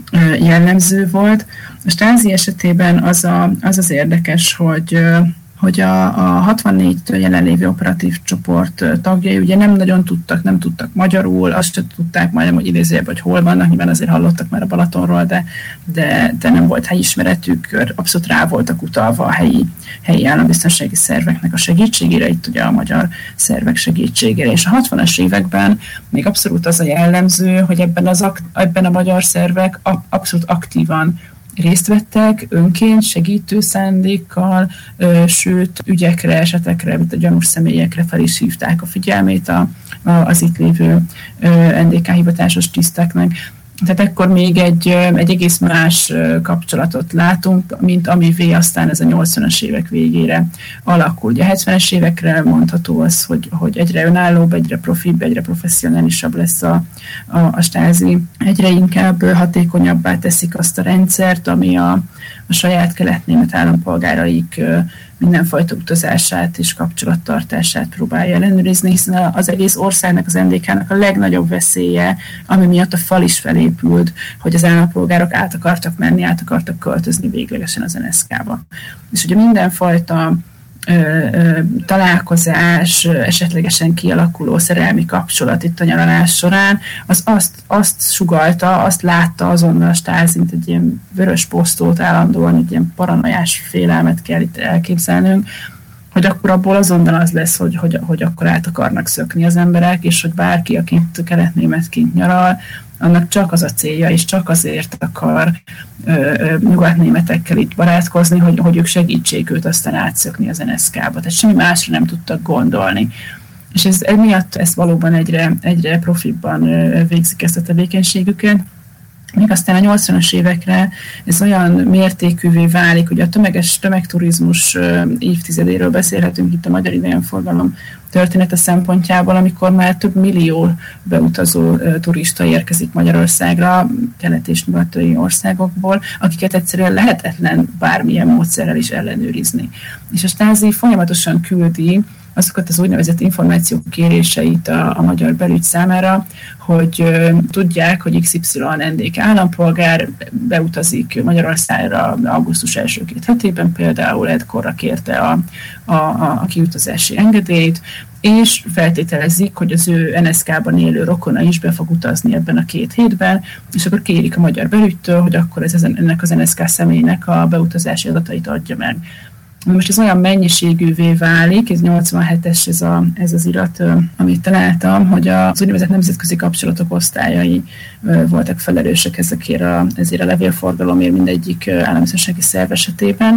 jellemző volt. A stázi esetében az, a, az az érdekes, hogy, hogy a, a hatvannégytől jelenlévő operatív csoport tagjai ugye nem nagyon tudtak, nem tudtak magyarul, azt sem tudták majdnem, hogy idézőjebb, hogy hol vannak, nyilván azért hallottak már a Balatonról, de, de, de nem volt helyismeretük, abszolút rá voltak utalva a helyi, helyi állambiztonsági szerveknek a segítségére, itt ugye a magyar szervek segítségére. És a hatvanas években még abszolút az a jellemző, hogy ebben, az, ebben a magyar szervek abszolút aktívan részt vettek önként, segítő szándékkal, sőt, ügyekre, esetekre, mint a gyanús személyekre fel is hívták a figyelmét a, a, az itt lévő en dé ká hivatásos tiszteknek. Tehát ekkor még egy, egy egész más kapcsolatot látunk, mint amivé aztán ez a nyolcvanas évek végére alakul. Ugye a hetvenes évekre mondható az, hogy, hogy egyre önállóbb, egyre profibb, egyre professzionálisabb lesz a, a, a stázi. Egyre inkább hatékonyabbá teszik azt a rendszert, ami a, a saját kelet-német állampolgáraik mindenfajta utazását és kapcsolattartását próbálja ellenőrizni, hiszen az egész országnak, az en dé ká-nak a legnagyobb veszélye, ami miatt a fal is felépült, hogy az állampolgárok át akartak menni, át akartak költözni véglegesen az en es ká-ba. És ugye mindenfajta ö, ö, találkozás, esetlegesen kialakuló szerelmi kapcsolat itt a nyaralás során, az azt, azt sugallta, azt látta azonnal a stázi, mint egy ilyen vörös posztót állandóan, egy ilyen paranoiás félelmet kell itt elképzelnünk, hogy akkor abból azonnal az lesz, hogy, hogy, hogy akkor át akarnak szökni az emberek, és hogy bárki, aki kelet-németként nyaral, annak csak az a célja, és csak azért akar ö, ö, nyugatnémetekkel itt barátkozni, hogy, hogy ők segítsék őt aztán átszökni az en es ká-ba. Tehát semmi másra nem tudtak gondolni. És ez emiatt ezt valóban egyre, egyre profibban végzik ezt a tevékenységüket. Még aztán a nyolcvanas évekre ez olyan mértékűvé válik, hogy a tömeges tömegturizmus évtizedéről beszélhetünk itt a magyar idegenforgalom története szempontjából, amikor már több millió beutazó turista érkezik Magyarországra, kelet- és nyugati országokból, akiket egyszerűen lehetetlen bármilyen módszerrel is ellenőrizni. És a stázi folyamatosan küldi azokat az úgynevezett információk kéréseit a, a magyar belügy számára, hogy ö, tudják, hogy iksz ipszilon en dé ká állampolgár beutazik Magyarországra augusztus első két hetében, például ekkora kérte a, a, a, a kiutazási engedélyt, és feltételezik, hogy az ő en es ká-ban élő rokona is be fog utazni ebben a két hétben, és akkor kérik a magyar belügytől, hogy akkor ez, ennek az en es ká személynek a beutazási adatait adja meg. Most ez olyan mennyiségűvé válik, ez nyolcvanhetes ez, a, ez az irat, amit találtam, hogy az úgynevezett nemzetközi kapcsolatok osztályai voltak felelősek ezekért a, ezért a levélforgalomért mindegyik állambiztonsági szerv esetében,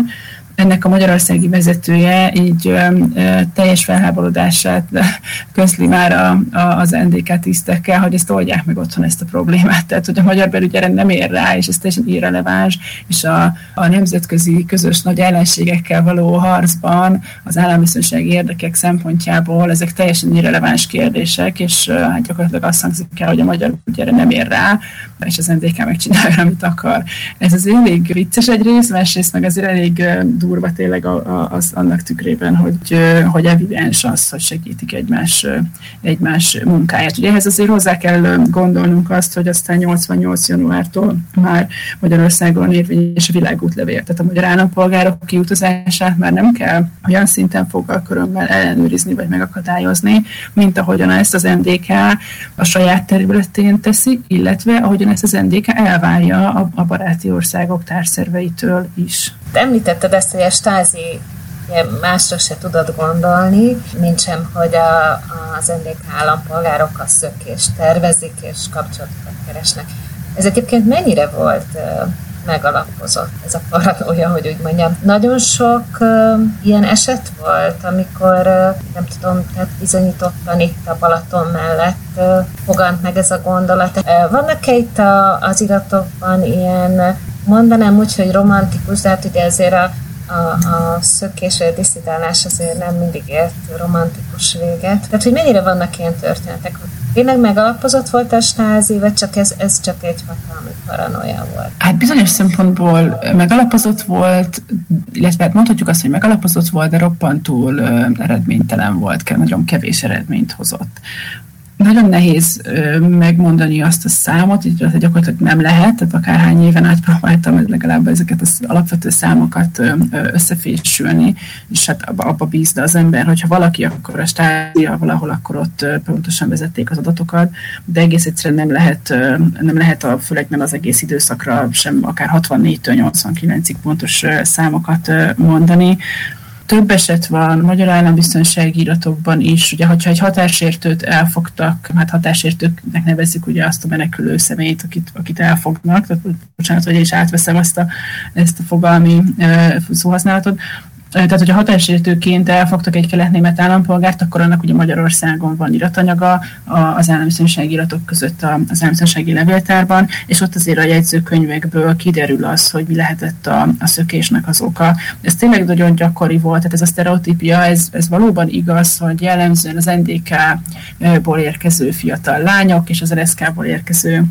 ennek a magyarországi vezetője így ö, ö, teljes felháborodását közli már a, a, az en dé ká tisztekkel, hogy ezt oldják meg otthon ezt a problémát. Tehát, hogy a magyar belügyre nem ér rá, és ez teljesen irreleváns, és a, a nemzetközi közös nagy ellenségekkel való harcban az állambiztonsági érdekek szempontjából ezek teljesen irreleváns kérdések, és ö, hát gyakorlatilag azt hangzik el, hogy a magyar belügyre nem ér rá, és az en dé ká megcsinálja, amit akar. Ez az elég vicces egyrészt, másrészt meg azért elég durva tényleg a, a, az annak tükrében, hogy, hogy evidens az, hogy segítik egymás, egymás munkáját. Ugye ehhez azért hozzá kell gondolnunk azt, hogy aztán nyolcvannyolc januártól már Magyarországon érvényes a világútlevél. Tehát a magyar állampolgárok kiutazását már nem kell olyan szinten fogalkörömmel ellenőrizni vagy megakadályozni, mint ahogyan ezt az en dé ká a saját területén teszi, illetve ahogyan ezt az en dé ká elvárja a, a baráti országok társszerveitől is. Te említetted ezt, hogy a Stázi másra se tudod gondolni, mint sem, hogy a, az en dé ká állampolgárok a szökést tervezik és kapcsolatokat keresnek. Ez egyébként mennyire volt uh, megalapozott ez a paranoia, hogy úgy mondjam. Nagyon sok uh, ilyen eset volt, amikor, uh, nem tudom, tehát bizonyítottan itt a Balaton mellett uh, fogant meg ez a gondolat. Uh, vannak-e itt a, az iratokban ilyen, mondanám úgy, hogy romantikus, de hát ugye azért a, a, a szökés vagy a disszidálás azért nem mindig ért romantikus véget. Tehát, hogy mennyire vannak ilyen történetek, hogy tényleg megalapozott volt a Stázi, vagy csak ez, ez csak egy hatalmi paranoia volt? Hát bizonyos szempontból megalapozott volt, illetve mondhatjuk azt, hogy megalapozott volt, de roppantul uh, eredménytelen volt, nagyon kevés eredményt hozott. Nagyon nehéz ö, megmondani azt a számot, így gyakorlatilag nem lehet, tehát akárhány éven át próbáltam legalább ezeket az alapvető számokat ö, összefésülni, és hát abba, abba bízna az ember, hogyha valaki, akkor a Stázia valahol, akkor ott ö, pontosan vezették az adatokat, de egész egyszerűen nem lehet, ö, nem lehet a, főleg nem az egész időszakra sem akár hatvannégytől nyolcvankilencig pontos ö, számokat ö, mondani. Több eset van magyar állambiztonsági iratokban is, ugye, hogyha egy határsértőt elfogtak, hát határsértőknek nevezzük ugye azt a menekülő személyt, akit, akit elfognak, tehát bocsánat, hogy én is átveszem ezt a, ezt a fogalmi uh, szóhasználatot. Tehát, hogyha határsértőként elfogtak egy kelet-német állampolgárt, akkor annak ugye Magyarországon van iratanyaga az állambiztonsági iratok között az állambiztonsági levéltárban, és ott azért a jegyzőkönyvekből kiderül az, hogy mi lehetett a, a szökésnek az oka. Ez tényleg nagyon gyakori volt, tehát ez a sztereotípia, ez, ez valóban igaz, hogy jellemzően az en dé ká-ból érkező fiatal lányok és az er es ká-ból érkező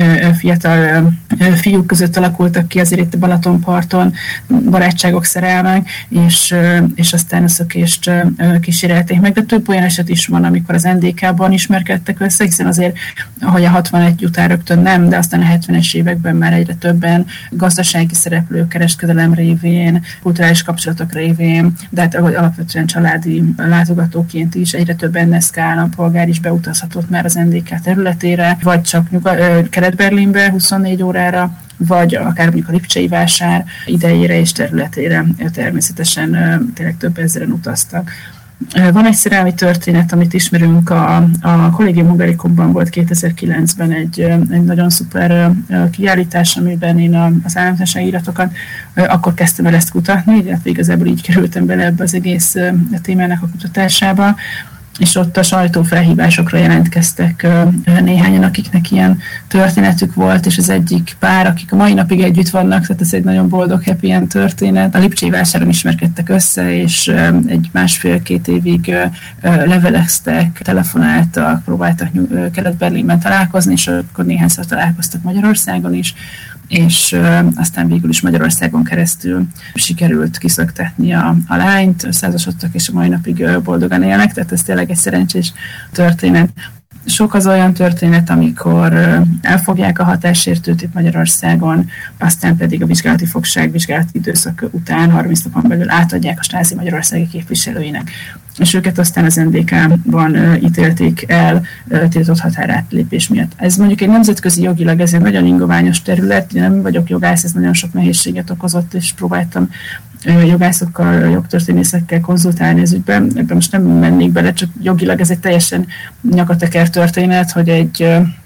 fiatal fiúk között alakultak ki azért itt a Balatonparton barátságok, szerelmek, és, és aztán a szökést kísérelték meg, de több olyan eset is van, amikor az en dé ká-ban ismerkedtek össze, hiszen azért, ahogy a hatvanegy után rögtön nem, de aztán a hetvenes években már egyre többen gazdasági szereplők, kereskedelem révén, kulturális kapcsolatok révén, de hát alapvetően családi látogatóként is egyre több en es ká állampolgár is beutazhatott már az en dé ká területére, vagy csak nyugat, Kelet-Berlinbe huszonnégy órára, vagy akár mondjuk a Lipcsei vásár idejére és területére természetesen tényleg több ezeren utaztak. Van egy szerelmi történet, amit ismerünk, a, a Collegium Hungaricumban volt kétezer-kilencben egy, egy nagyon szuper kiállítás, amiben én az állambiztonsági iratokat akkor kezdtem el ezt kutatni, illetve igazából így kerültem bele ebbe az egész témának a kutatásába, és ott a sajtófelhívásokra jelentkeztek néhányan, akiknek ilyen történetük volt, és az egyik pár, akik a mai napig együtt vannak, tehát ez egy nagyon boldog, happy end történet. A Lipcsei vásáron ismerkedtek össze, és egy másfél-két évig leveleztek, telefonáltak, próbáltak Kelet-Berlinben találkozni, és akkor néhányszor találkoztak Magyarországon is, és uh, aztán végül is Magyarországon keresztül sikerült kiszöktetni a, a lányt, százasodtak, és a mai napig uh, boldogan élnek, tehát ez tényleg egy szerencsés történet. Sok az olyan történet, amikor uh, elfogják a határsértőt itt Magyarországon, aztán pedig a vizsgálati fogság vizsgálati időszak után harminc napon belül átadják a Stázi magyarországi képviselőinek, és őket aztán az en dé ká-ban uh, ítélték el uh, tiltott határátlépés miatt. Ez mondjuk egy nemzetközi jogilag, ez egy nagyon ingoványos terület, én nem vagyok jogász, ez nagyon sok nehézséget okozott, és próbáltam uh, jogászokkal, jogtörténészekkel konzultálni ez ügyben. Ebben most nem mennék bele, csak jogilag ez egy teljesen nyakateker történet, hogy egy uh,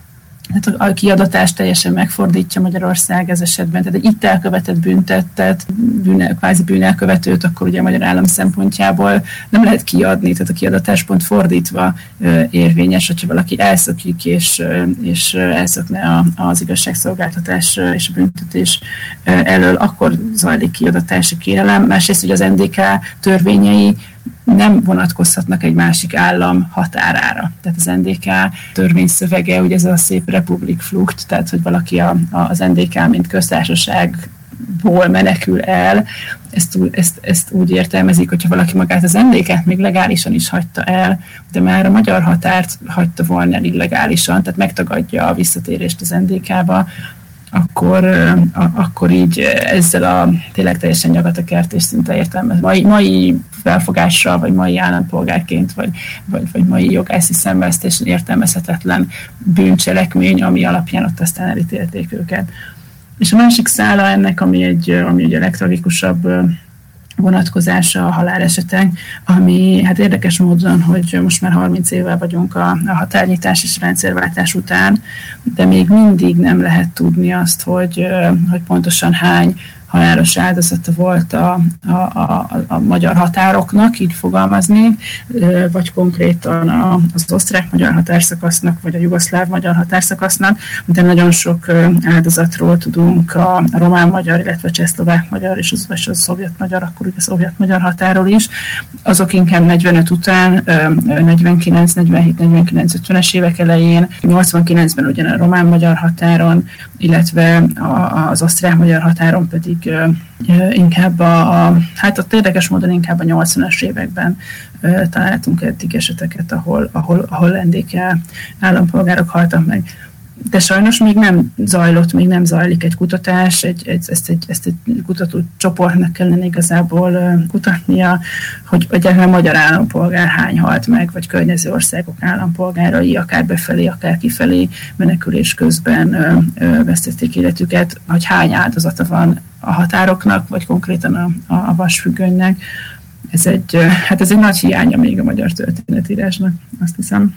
Tehát a kiadatást teljesen megfordítja Magyarország ez esetben. Tehát egy itt elkövetett büntettet, bűne, kvázi bűnelkövetőt, akkor ugye a magyar állam szempontjából nem lehet kiadni, tehát a kiadatás pont fordítva érvényes, hogyha valaki elszökik és, és elszökne az igazságszolgáltatás és a büntetés elől, akkor zajlik kiadatási kérelem. Másrészt ugye az en dé ká törvényei nem vonatkozhatnak egy másik állam határára. Tehát az en dé ká törvényszövege, ugye ez a szép Republic Flucht, tehát hogy valaki a, az en dé ká mint köztársaságból menekül el, ezt, ezt, ezt úgy értelmezik, hogyha valaki magát az en dé kát még legálisan is hagyta el, de már a magyar határt hagyta volna el illegálisan, tehát megtagadja a visszatérést az en dé kába, akkor, akkor így ezzel a tényleg teljesen nyagatakertés szinte értelmez. Mai, mai felfogással, vagy mai állampolgárként, vagy, vagy, vagy mai jogászi szemvesztésen értelmezhetetlen bűncselekmény, ami alapján ott aztán elítélték őket. És a másik szála ennek, ami, egy, ami ugye a legtragikusabb vonatkozása a halálesetek, ami hát érdekes módon, hogy most már harminc évvel vagyunk a, a határnyitás és rendszerváltás után, de még mindig nem lehet tudni azt, hogy, hogy pontosan hány halálos áldozata volt a, a, a, a magyar határoknak, így fogalmazni, vagy konkrétan az osztrák-magyar határszakasznak, vagy a jugoszláv-magyar határszakasznak, de nagyon sok áldozatról tudunk a román-magyar, illetve csehszlovák-magyar és az, és a szovjet-magyar, akkor ugye a szovjet-magyar határól is. Azok inkább negyvenöt után, negyvenkilenc, negyvenhét, negyvenkilenc, ötvenes évek elején, nyolcvankilencben ugyan a román-magyar határon, illetve az osztrák-magyar határon pedig inkább a, a, hát ott érdekes módon inkább a nyolcvanas években uh, találtunk eddig eseteket, ahol, ahol, ahol en dé ká állampolgárok haltak meg. De sajnos még nem zajlott, még nem zajlik egy kutatás, egy, egy, ezt, egy, ezt egy kutatócsoportnak kellene igazából uh, kutatnia, hogy egyáltalán magyar állampolgár hány halt meg, vagy környező országok állampolgárai, akár befelé, akár kifelé menekülés közben uh, uh, vesztették életüket, hogy hány áldozata van a határoknak, vagy konkrétan a, a, a vasfüggönynek. Ez egy, uh, hát ez egy nagy hiánya még a magyar történetírásnak, azt hiszem.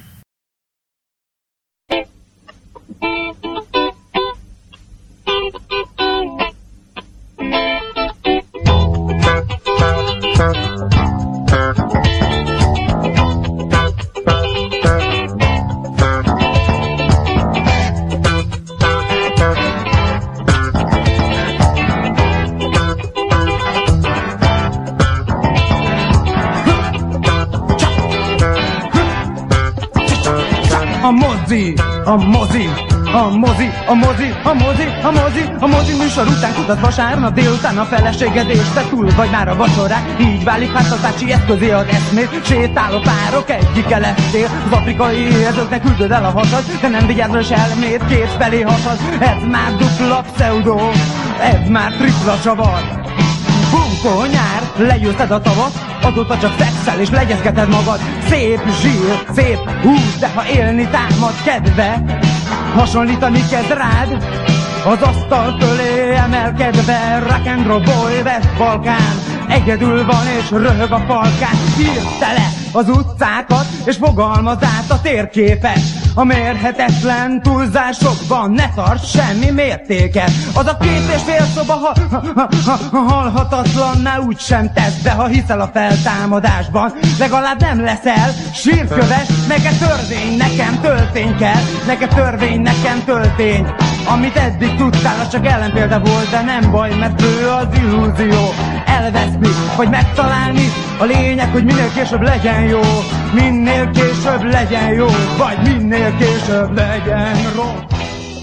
A mozi, a mozi, a mozi, a mozi, a mozi, a mozi, a mozi műsor után kutat vasárnap délután a feleséged és te túl vagy már a vacsorák. Így válik háztartási eszközé az eszmét. Sétáló párok egyike lettél. Az afrikai érzőknek küldöd el a hasad, de nem vigyázol elmét, két felé hasad. Ez már dupla pseudo, ez már tripla csavar. Bunkó nyár, legyőzted a tavat, azóta csak szexel és legyezgeted magad. Szép zsír, szép hús, de ha élni támad kedve, hasonlítani kezd rád, az asztal fölé emelkedve. Rock and roll boy, West Balkán, egyedül van és röhög a falkán. Írte le az utcákat és fogalmaz át a térképet. A mérhetetlen túlzásokban ne tarts semmi mértéket. Az a két és fél szoba ha, ha, ha, ha, halhatatlanná úgy sem tesz, de ha hiszel a feltámadásban, legalább nem leszel sírköves. Neked törvény, nekem töltény kell, neked törvény, nekem töltény. Amit eddig tudtál, az csak ellenpélda volt, de nem baj, mert fő az illúzió. Elveszni, vagy megtalálni, a lényeg, hogy minél később legyen jó. Minél később legyen jó, vagy minél később legyen rossz.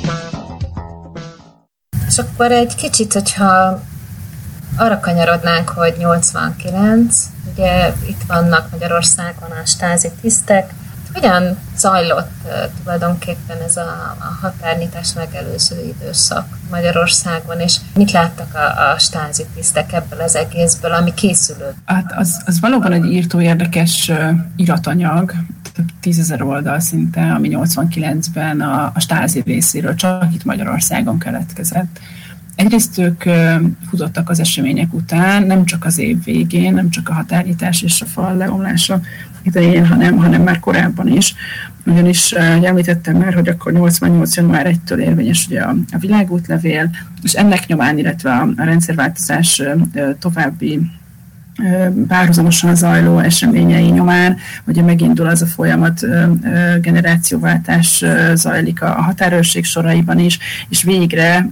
És akkor egy kicsit, hogyha arra kanyarodnánk, hogy nyolcvankilenc, ugye itt vannak Magyarországon a stázi tisztek, hogyan zajlott uh, tulajdonképpen ez a, a határnyitás megelőző időszak Magyarországon, és mit láttak a, a stázi tisztek ebből az egészből, ami készülő? Hát az, az valóban egy írtó érdekes uh, iratanyag, több tízezer oldal szinte, ami nyolcvankilencben a, a stázi részéről csak itt Magyarországon keletkezett. Egyrészt ők futottak az események után, nem csak az év végén, nem csak a határnyitás és a fal leomlása idején, hanem, hanem már korábban is. Ugyanis említettem már, hogy akkor nyolcvannyolc január elsejétől érvényes ugye a, a világútlevél, és ennek nyomán, illetve a, a rendszerváltozás további párhuzamosan zajló eseményei nyomán, ugye megindul az a folyamat, generációváltás zajlik a határőrség soraiban is, és végre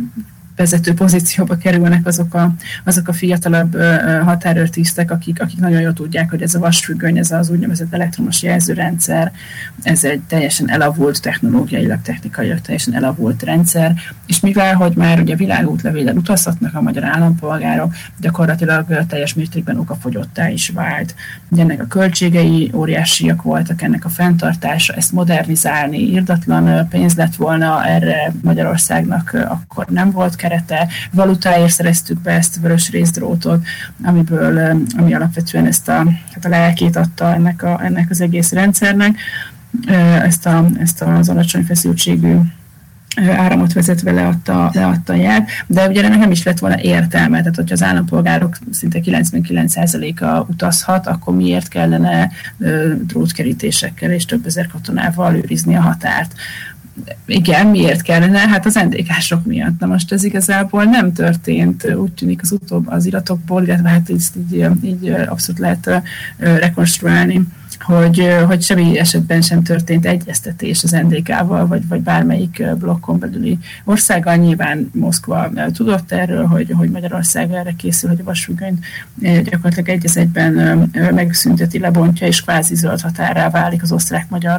vezető pozícióba kerülnek azok a, azok a fiatalabb határőrtisztek, akik, akik nagyon jól tudják, hogy ez a vasfüggöny, ez az úgynevezett elektromos jelzőrendszer, ez egy teljesen elavult technológiailag, technikailag teljesen elavult rendszer, és mivel, hogy már ugye világútlevélen utazhatnak a magyar állampolgárok, gyakorlatilag teljes mértékben okafogyottá is vált. Ugye ennek a költségei óriásiak voltak, ennek a fenntartása, ezt modernizálni irdatlan pénz lett volna, erre Magyarországnak akkor nem volt kerete, valutáért szereztük be ezt a vörös részdrótot, amiből, ami alapvetően ezt a, hát a lelkét adta ennek, a, ennek az egész rendszernek, ezt, a, ezt az alacsony feszültségű áramot vezetve leadta, leadta a jár, de ugye ennek nem is lett volna értelme, tehát hogyha az állampolgárok szinte kilencvenkilenc százaléka utazhat, akkor miért kellene drótkerítésekkel és több ezer katonával őrizni a határt. Igen, miért kellene? Hát az en dé ká-sok miatt. Na most ez igazából nem történt, úgy tűnik az utóbb az iratokból, illetve hát ezt így, így abszolút lehet rekonstruálni, hogy, hogy semmi esetben sem történt egyeztetés az en dé ká-val, vagy, vagy bármelyik blokkon belüli országgal. Nyilván Moszkva tudott erről, hogy, hogy Magyarország erre készül, hogy a vasfüggönyt gyakorlatilag egy az egyben megszünteti, lebontja, és kvázi zöld határrá válik az osztrák-magyar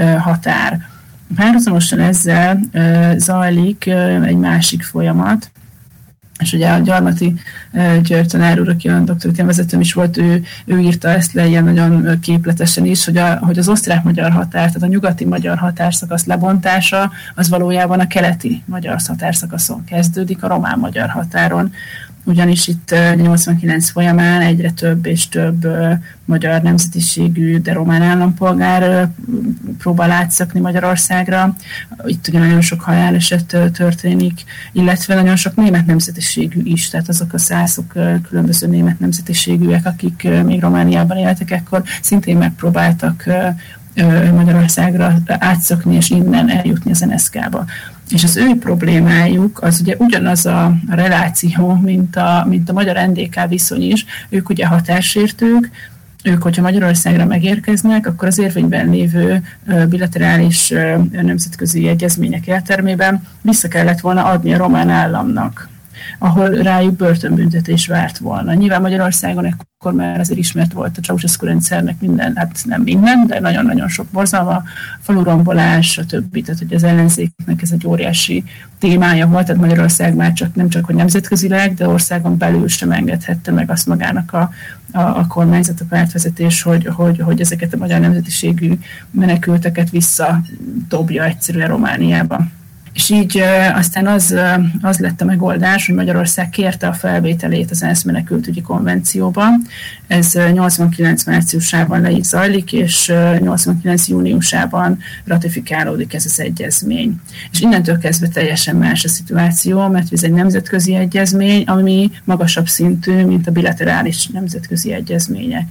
határ. Párhuzamosan ezzel uh, zajlik uh, egy másik folyamat, és ugye a Gyarmati uh, György tanár úr, aki a doktoritán vezetőm is volt, ő, ő írta ezt le ilyen nagyon képletesen is, hogy, a, hogy az osztrák-magyar határ, tehát a nyugati magyar határszakasz lebontása, az valójában a keleti magyar határszakaszon kezdődik, a román-magyar határon. Ugyanis itt nyolcvankilenc folyamán egyre több és több magyar nemzetiségű, de román állampolgár próbál átszökni Magyarországra. Itt ugye nagyon sok haláleset történik, illetve nagyon sok német nemzetiségű is, tehát azok a szászok különböző német nemzetiségűek, akik még Romániában éltek, ekkor szintén megpróbáltak Magyarországra átszökni, és innen eljutni az en es ká-ba. És az ő problémájuk az ugye ugyanaz a reláció, mint a, mint a magyar en dé ká viszony is. Ők ugye határsértők, ők, hogyha Magyarországra megérkeznek, akkor az érvényben lévő bilaterális nemzetközi egyezmények eltermében vissza kellett volna adni a román államnak, ahol rájuk börtönbüntetés várt volna. Nyilván Magyarországon ekkor már azért ismert volt a Ceausescu rendszernek minden, hát nem minden, de nagyon-nagyon sok borzalma, falurombolás, a többi, tehát hogy az ellenzéknek ez egy óriási témája volt, tehát Magyarország már csak nem csak hogy nemzetközileg, de országon belül sem engedhette meg azt magának a, a, a kormányzat, a pártvezetés, hogy, hogy, hogy ezeket a magyar nemzetiségű menekülteket visszadobja egyszerűen Romániába. És így e, aztán az, az lett a megoldás, hogy Magyarország kérte a felvételét az ENSZ menekültügyi konvencióba. Ez nyolcvankilenc márciusában le is zajlik, és nyolcvankilenc júniusában ratifikálódik ez az egyezmény. És innentől kezdve teljesen más a szituáció, mert ez egy nemzetközi egyezmény, ami magasabb szintű, mint a bilaterális nemzetközi egyezmények.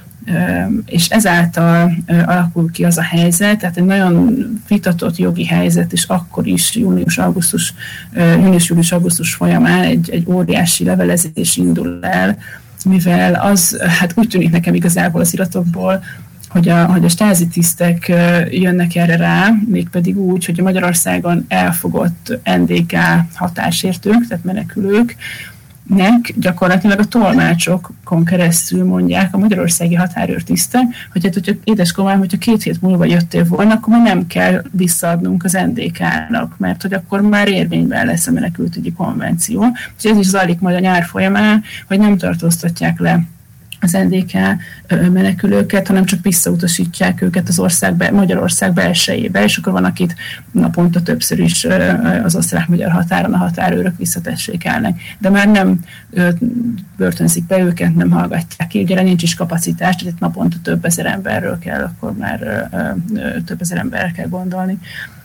És ezáltal alakul ki az a helyzet, tehát egy nagyon vitatott jogi helyzet, és akkor is június-augusztus, június-augusztus folyamán egy, egy óriási levelezés indul el, mivel az, hát úgy tűnik nekem igazából az iratokból, hogy a, hogy a stázi tisztek jönnek erre rá, mégpedig úgy, hogy a Magyarországon elfogott en dé ká határsértők, tehát menekülők, nek gyakorlatilag a tolmácsokon keresztül mondják a magyarországi határőrtisztek, hogy hát, hogyha édeskomám, hogyha két hét múlva jöttél volna, akkor már nem kell visszaadnunk az en dé ká-nak, mert hogy akkor már érvényben lesz a menekültügyi konvenció. És ez is zajlik majd a nyár folyamán, hogy nem tartóztatják le az en dé ká menekülőket, hanem csak visszautasítják őket az ország, Magyarország belsejébe, és akkor van, akit naponta többször is az osztrák-magyar határon a határőrök visszatessékelnek. De már nem börtönzik be őket, nem hallgatják ki, ugye nincs is kapacitás, tehát itt naponta több ezer emberről kell, akkor már több ezer emberre kell gondolni.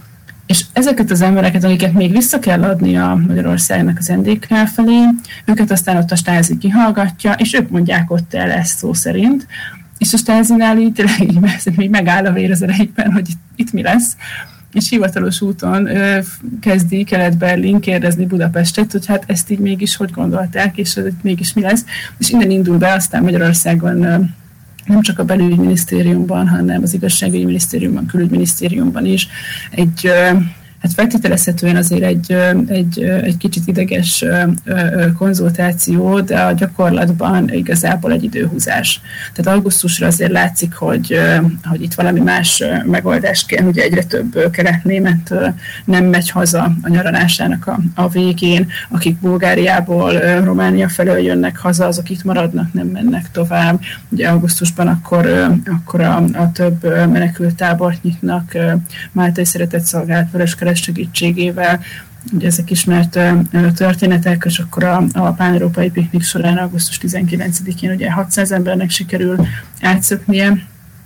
És ezeket az embereket, akiket még vissza kell adni a Magyarországnak az en dé ká felé, őket aztán ott a Stázi kihallgatja, és ők mondják ott el ezt szó szerint. És a Stázinál így tényleg így, így megáll a vér az elejében, hogy itt, itt mi lesz. És hivatalos úton ö, kezdi Kelet-Berlin kérdezni Budapestet, hogy hát ezt így mégis hogy gondolták, és ez mégis mi lesz. És innen indul be, aztán Magyarországon ö, nem csak a belügyminisztériumban, hanem az igazságügyi minisztériumban, külügyminisztériumban is egy, hát feltételezhetően azért egy, egy, egy kicsit ideges konzultáció, de a gyakorlatban igazából egy időhúzás. Tehát augusztusra azért látszik, hogy, hogy itt valami más megoldás kell, ugye egyre több kelet-német nem megy haza a nyaralásának a, a végén, akik Bulgáriából, Románia felől jönnek haza, azok itt maradnak, nem mennek tovább. Ugye augusztusban akkor, akkor a, a több menekült tábort nyitnak, Máltai Szeretetszolgálat, Vöröskereszt segítségével. Ugye ezek ismert történetek, és akkor a, a pán-európai piknik során augusztus tizenkilencedikén ugye hatszáz embernek sikerül átszöknie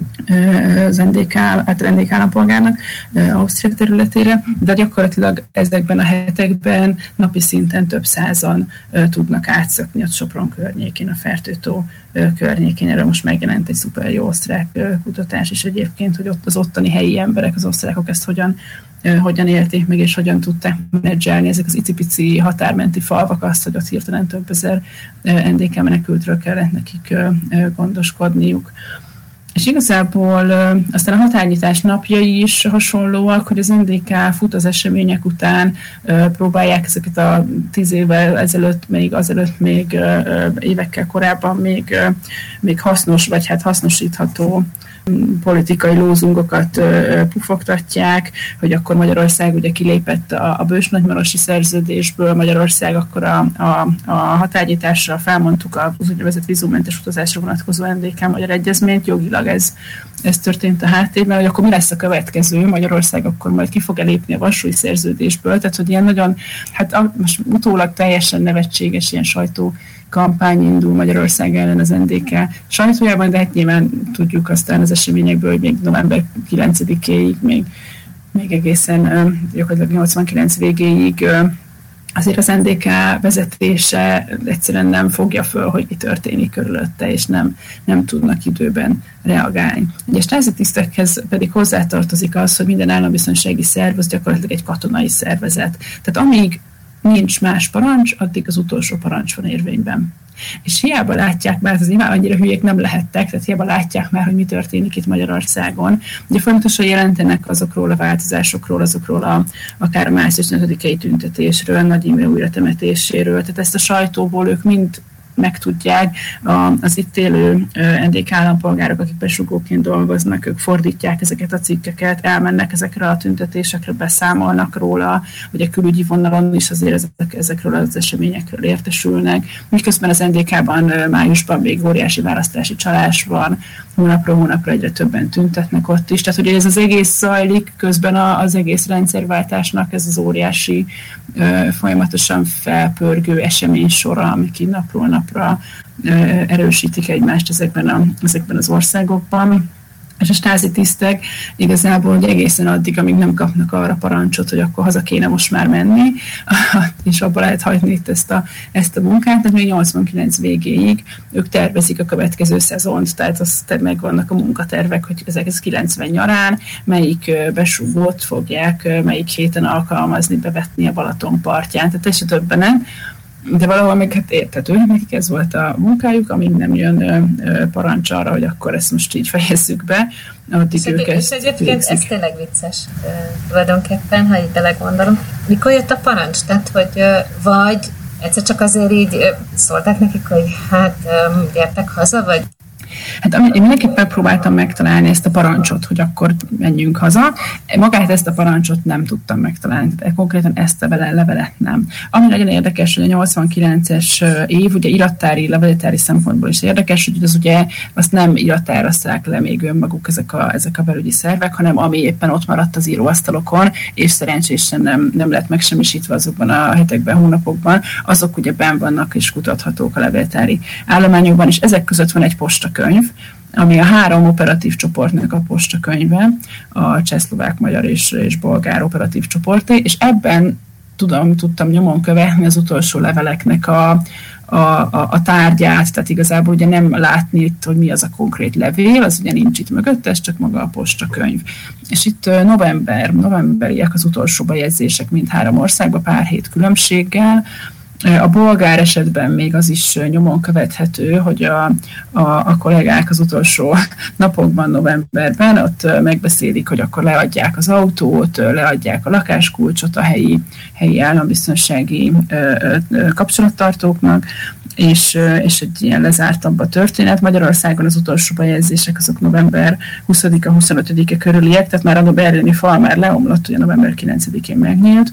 az en dé ká, hát en dé ká állampolgárnak Ausztria területére, de gyakorlatilag ezekben a hetekben napi szinten több százan tudnak átszökni a Sopron környékén, a Fertőtó környékén. Erről most megjelent egy szuper jó osztrák kutatás is egyébként, hogy ott az ottani helyi emberek, az osztrákok ezt hogyan hogyan élték meg, és hogyan tudták menedzselni ezek az icipici határmenti falvak azt, hogy ott hirtelen több ezer en dé ká menekültről kellett nekik gondoskodniuk. És igazából aztán a határnyitás napjai is hasonlóak, hogy az en dé ká fut az események után, próbálják ezeket a tíz évvel ezelőtt, még azelőtt még évekkel korábban még, még hasznos, vagy hát hasznosítható politikai lózungokat pufogtatják, hogy akkor Magyarország ugye kilépett a, a Bős-Nagymarosi szerződésből, Magyarország akkor a, a, a határnyitásra felmondtuk az úgynevezett vízummentes utazásra vonatkozó en dé ká magyar egyezményt, jogilag ez, ez történt a háttérben, hogy akkor mi lesz a következő, Magyarország akkor majd ki fog elépni a Varsói szerződésből, tehát hogy ilyen nagyon, hát most utólag teljesen nevetséges ilyen sajtó kampány indul Magyarország ellen az en dé ká sajtójában, de hát nyilván tudjuk aztán az eseményekből, hogy még november kilencedikéig, még, még egészen gyakorlatilag nyolcvankilenc végéig azért az en dé ká vezetése egyszerűen nem fogja föl, hogy mi történik körülötte, és nem, nem tudnak időben reagálni. Ugye a stázi tisztekhez pedig hozzátartozik az, hogy minden állambiztonsági szerv az gyakorlatilag egy katonai szervezet. Tehát amíg nincs más parancs, addig az utolsó parancs van érvényben. És hiába látják már, azért már annyira hülyék nem lehettek, tehát hiába látják már, hogy mi történik itt Magyarországon. Ugye folyamatosan jelentenek azokról a változásokról, azokról a, akár a március ötödikei tüntetésről, Nagy Imre újratemetéséről, tehát ezt a sajtóból ők mind megtudják, az itt élő en dé ká állampolgárok, akik besugóként dolgoznak, ők fordítják ezeket a cikkeket, elmennek ezekre a tüntetésekre, beszámolnak róla, hogy a külügyi vonalon is azért ezek, ezekről az eseményekről értesülnek. Miközben az en dé ká-ban májusban még óriási választási csalás van, hónapról hónapra egyre többen tüntetnek ott is. Tehát, hogy ez az egész zajlik, közben az egész rendszerváltásnak ez az óriási, folyamatosan felpörgő esemény sora, amik így napról napra erősítik egymást ezekben, a, ezekben az országokban. És a stázi tisztek igazából hogy egészen addig, amíg nem kapnak arra parancsot, hogy akkor haza kéne most már menni, és abba lehet hagyni itt ezt a, ezt a munkát, tehát még nyolcvankilenc végéig ők tervezik a következő szezont, tehát az megvannak a munkatervek, hogy ezek ez kilencven nyarán, melyik besúgót fogják, melyik héten alkalmazni, bevetni a Balaton partján, tehát ez se többenek. De valahol még hát érthető, nekik ez volt a munkájuk, amíg nem jön ö, ö, parancs arra, hogy akkor ezt most így fejezzük be, addig ők ezt És egyébként ez tényleg vicces tulajdonképpen, ha így belegondolom. Mikor jött a parancs? Tehát, hogy vagy egyszer csak azért így szólták nekik, hogy hát gyertek haza, vagy Hát én mindenképpen próbáltam megtalálni ezt a parancsot, hogy akkor menjünk haza. Magát ezt a parancsot nem tudtam megtalálni, tehát konkrétan ezt a levelet nem. Ami nagyon érdekes, hogy a nyolcvankilences év, ugye irattári, leveletári szempontból is érdekes, hogy az ugye azt nem irattározták le még önmaguk ezek a, ezek a belügyi szervek, hanem ami éppen ott maradt az íróasztalokon, és szerencsésen nem, nem lett megsemmisítve azokban a hetekben, hónapokban, azok ugye benn vannak és kutathatók a leveletári állományokban, és ezek között van egy postakönyv, postakönyv, ami a három operatív csoportnak a postakönyve, a csehszlovák, magyar és, és bolgár operatív csoporté, és ebben tudom, tudtam nyomon követni az utolsó leveleknek a, a, a, a tárgyát, tehát igazából ugye nem látni itt, hogy mi az a konkrét levél, az ugye nincs itt mögött, ez csak maga a postakönyv. És itt november, novemberiek az utolsó bejegyzések mindhárom országban pár hét különbséggel. A bolgár esetben még az is nyomon követhető, hogy a, a, a kollégák az utolsó napokban, novemberben ott megbeszélik, hogy akkor leadják az autót, leadják a lakáskulcsot a helyi, helyi állambiztonsági kapcsolattartóknak, és, és egy ilyen lezártabb a történet. Magyarországon az utolsó bejegyzések azok november huszadika huszonötödike körüliek, tehát már a berlini fal már leomlott, ugye november kilencedikén megnyílt,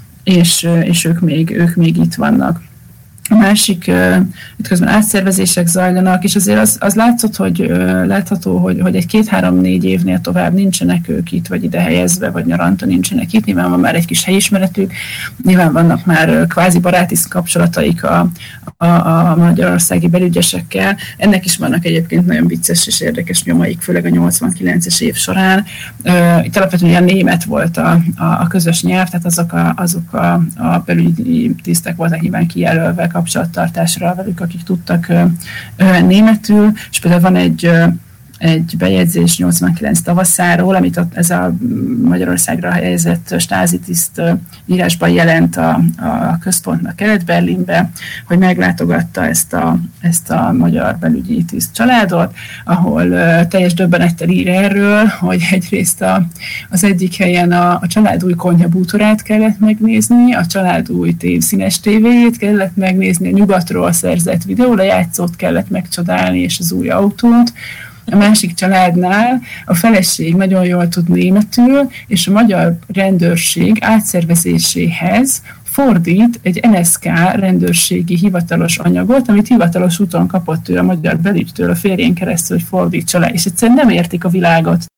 és, és ők, még, ők még itt vannak. A másik, itt közben átszervezések zajlanak, és azért az, az látszott, hogy látható, hogy, hogy egy két-három-négy évnél tovább nincsenek ők itt, vagy ide helyezve, vagy nyaranta nincsenek itt. Nyilván van már egy kis helyismeretük, nyilván vannak már kvázi baráti kapcsolataik a, a, a magyarországi belügyesekkel. Ennek is vannak egyébként nagyon vicces és érdekes nyomaik, főleg a nyolcvankilences év során. Itt alapvetően ilyen német volt a, a, a közös nyelv, tehát azok a, azok a, a belügyi tisztek voltak nyilván kijelölve kapcsolattartásra velük, akik tudtak ö, ö, németül, és például van egy, ö, egy bejegyzés nyolcvankilenc tavaszáról, amit a, ez a Magyarországra helyezett stázi tiszt ö, írásban jelent a, a központnak Kelet-Berlinbe, hogy meglátogatta ezt a, ezt a magyar belügyi tiszt családot, ahol ö, teljes döbbenettel ír erről, hogy egyrészt a, az egyik helyen a, a család új konyha bútorát kellett megnézni, a család új tév, színes tévéjét kellett megnézni, a nyugatról szerzett videólejátszót kellett megcsodálni, és az új autót. A másik családnál a feleség nagyon jól tud németül, és a magyar rendőrség átszervezéséhez fordít egy en es ká rendőrségi hivatalos anyagot, amit hivatalos úton kapott ő a magyar belügytől a férjén keresztül, hogy fordítsa le, és egyszerűen nem értik a világot.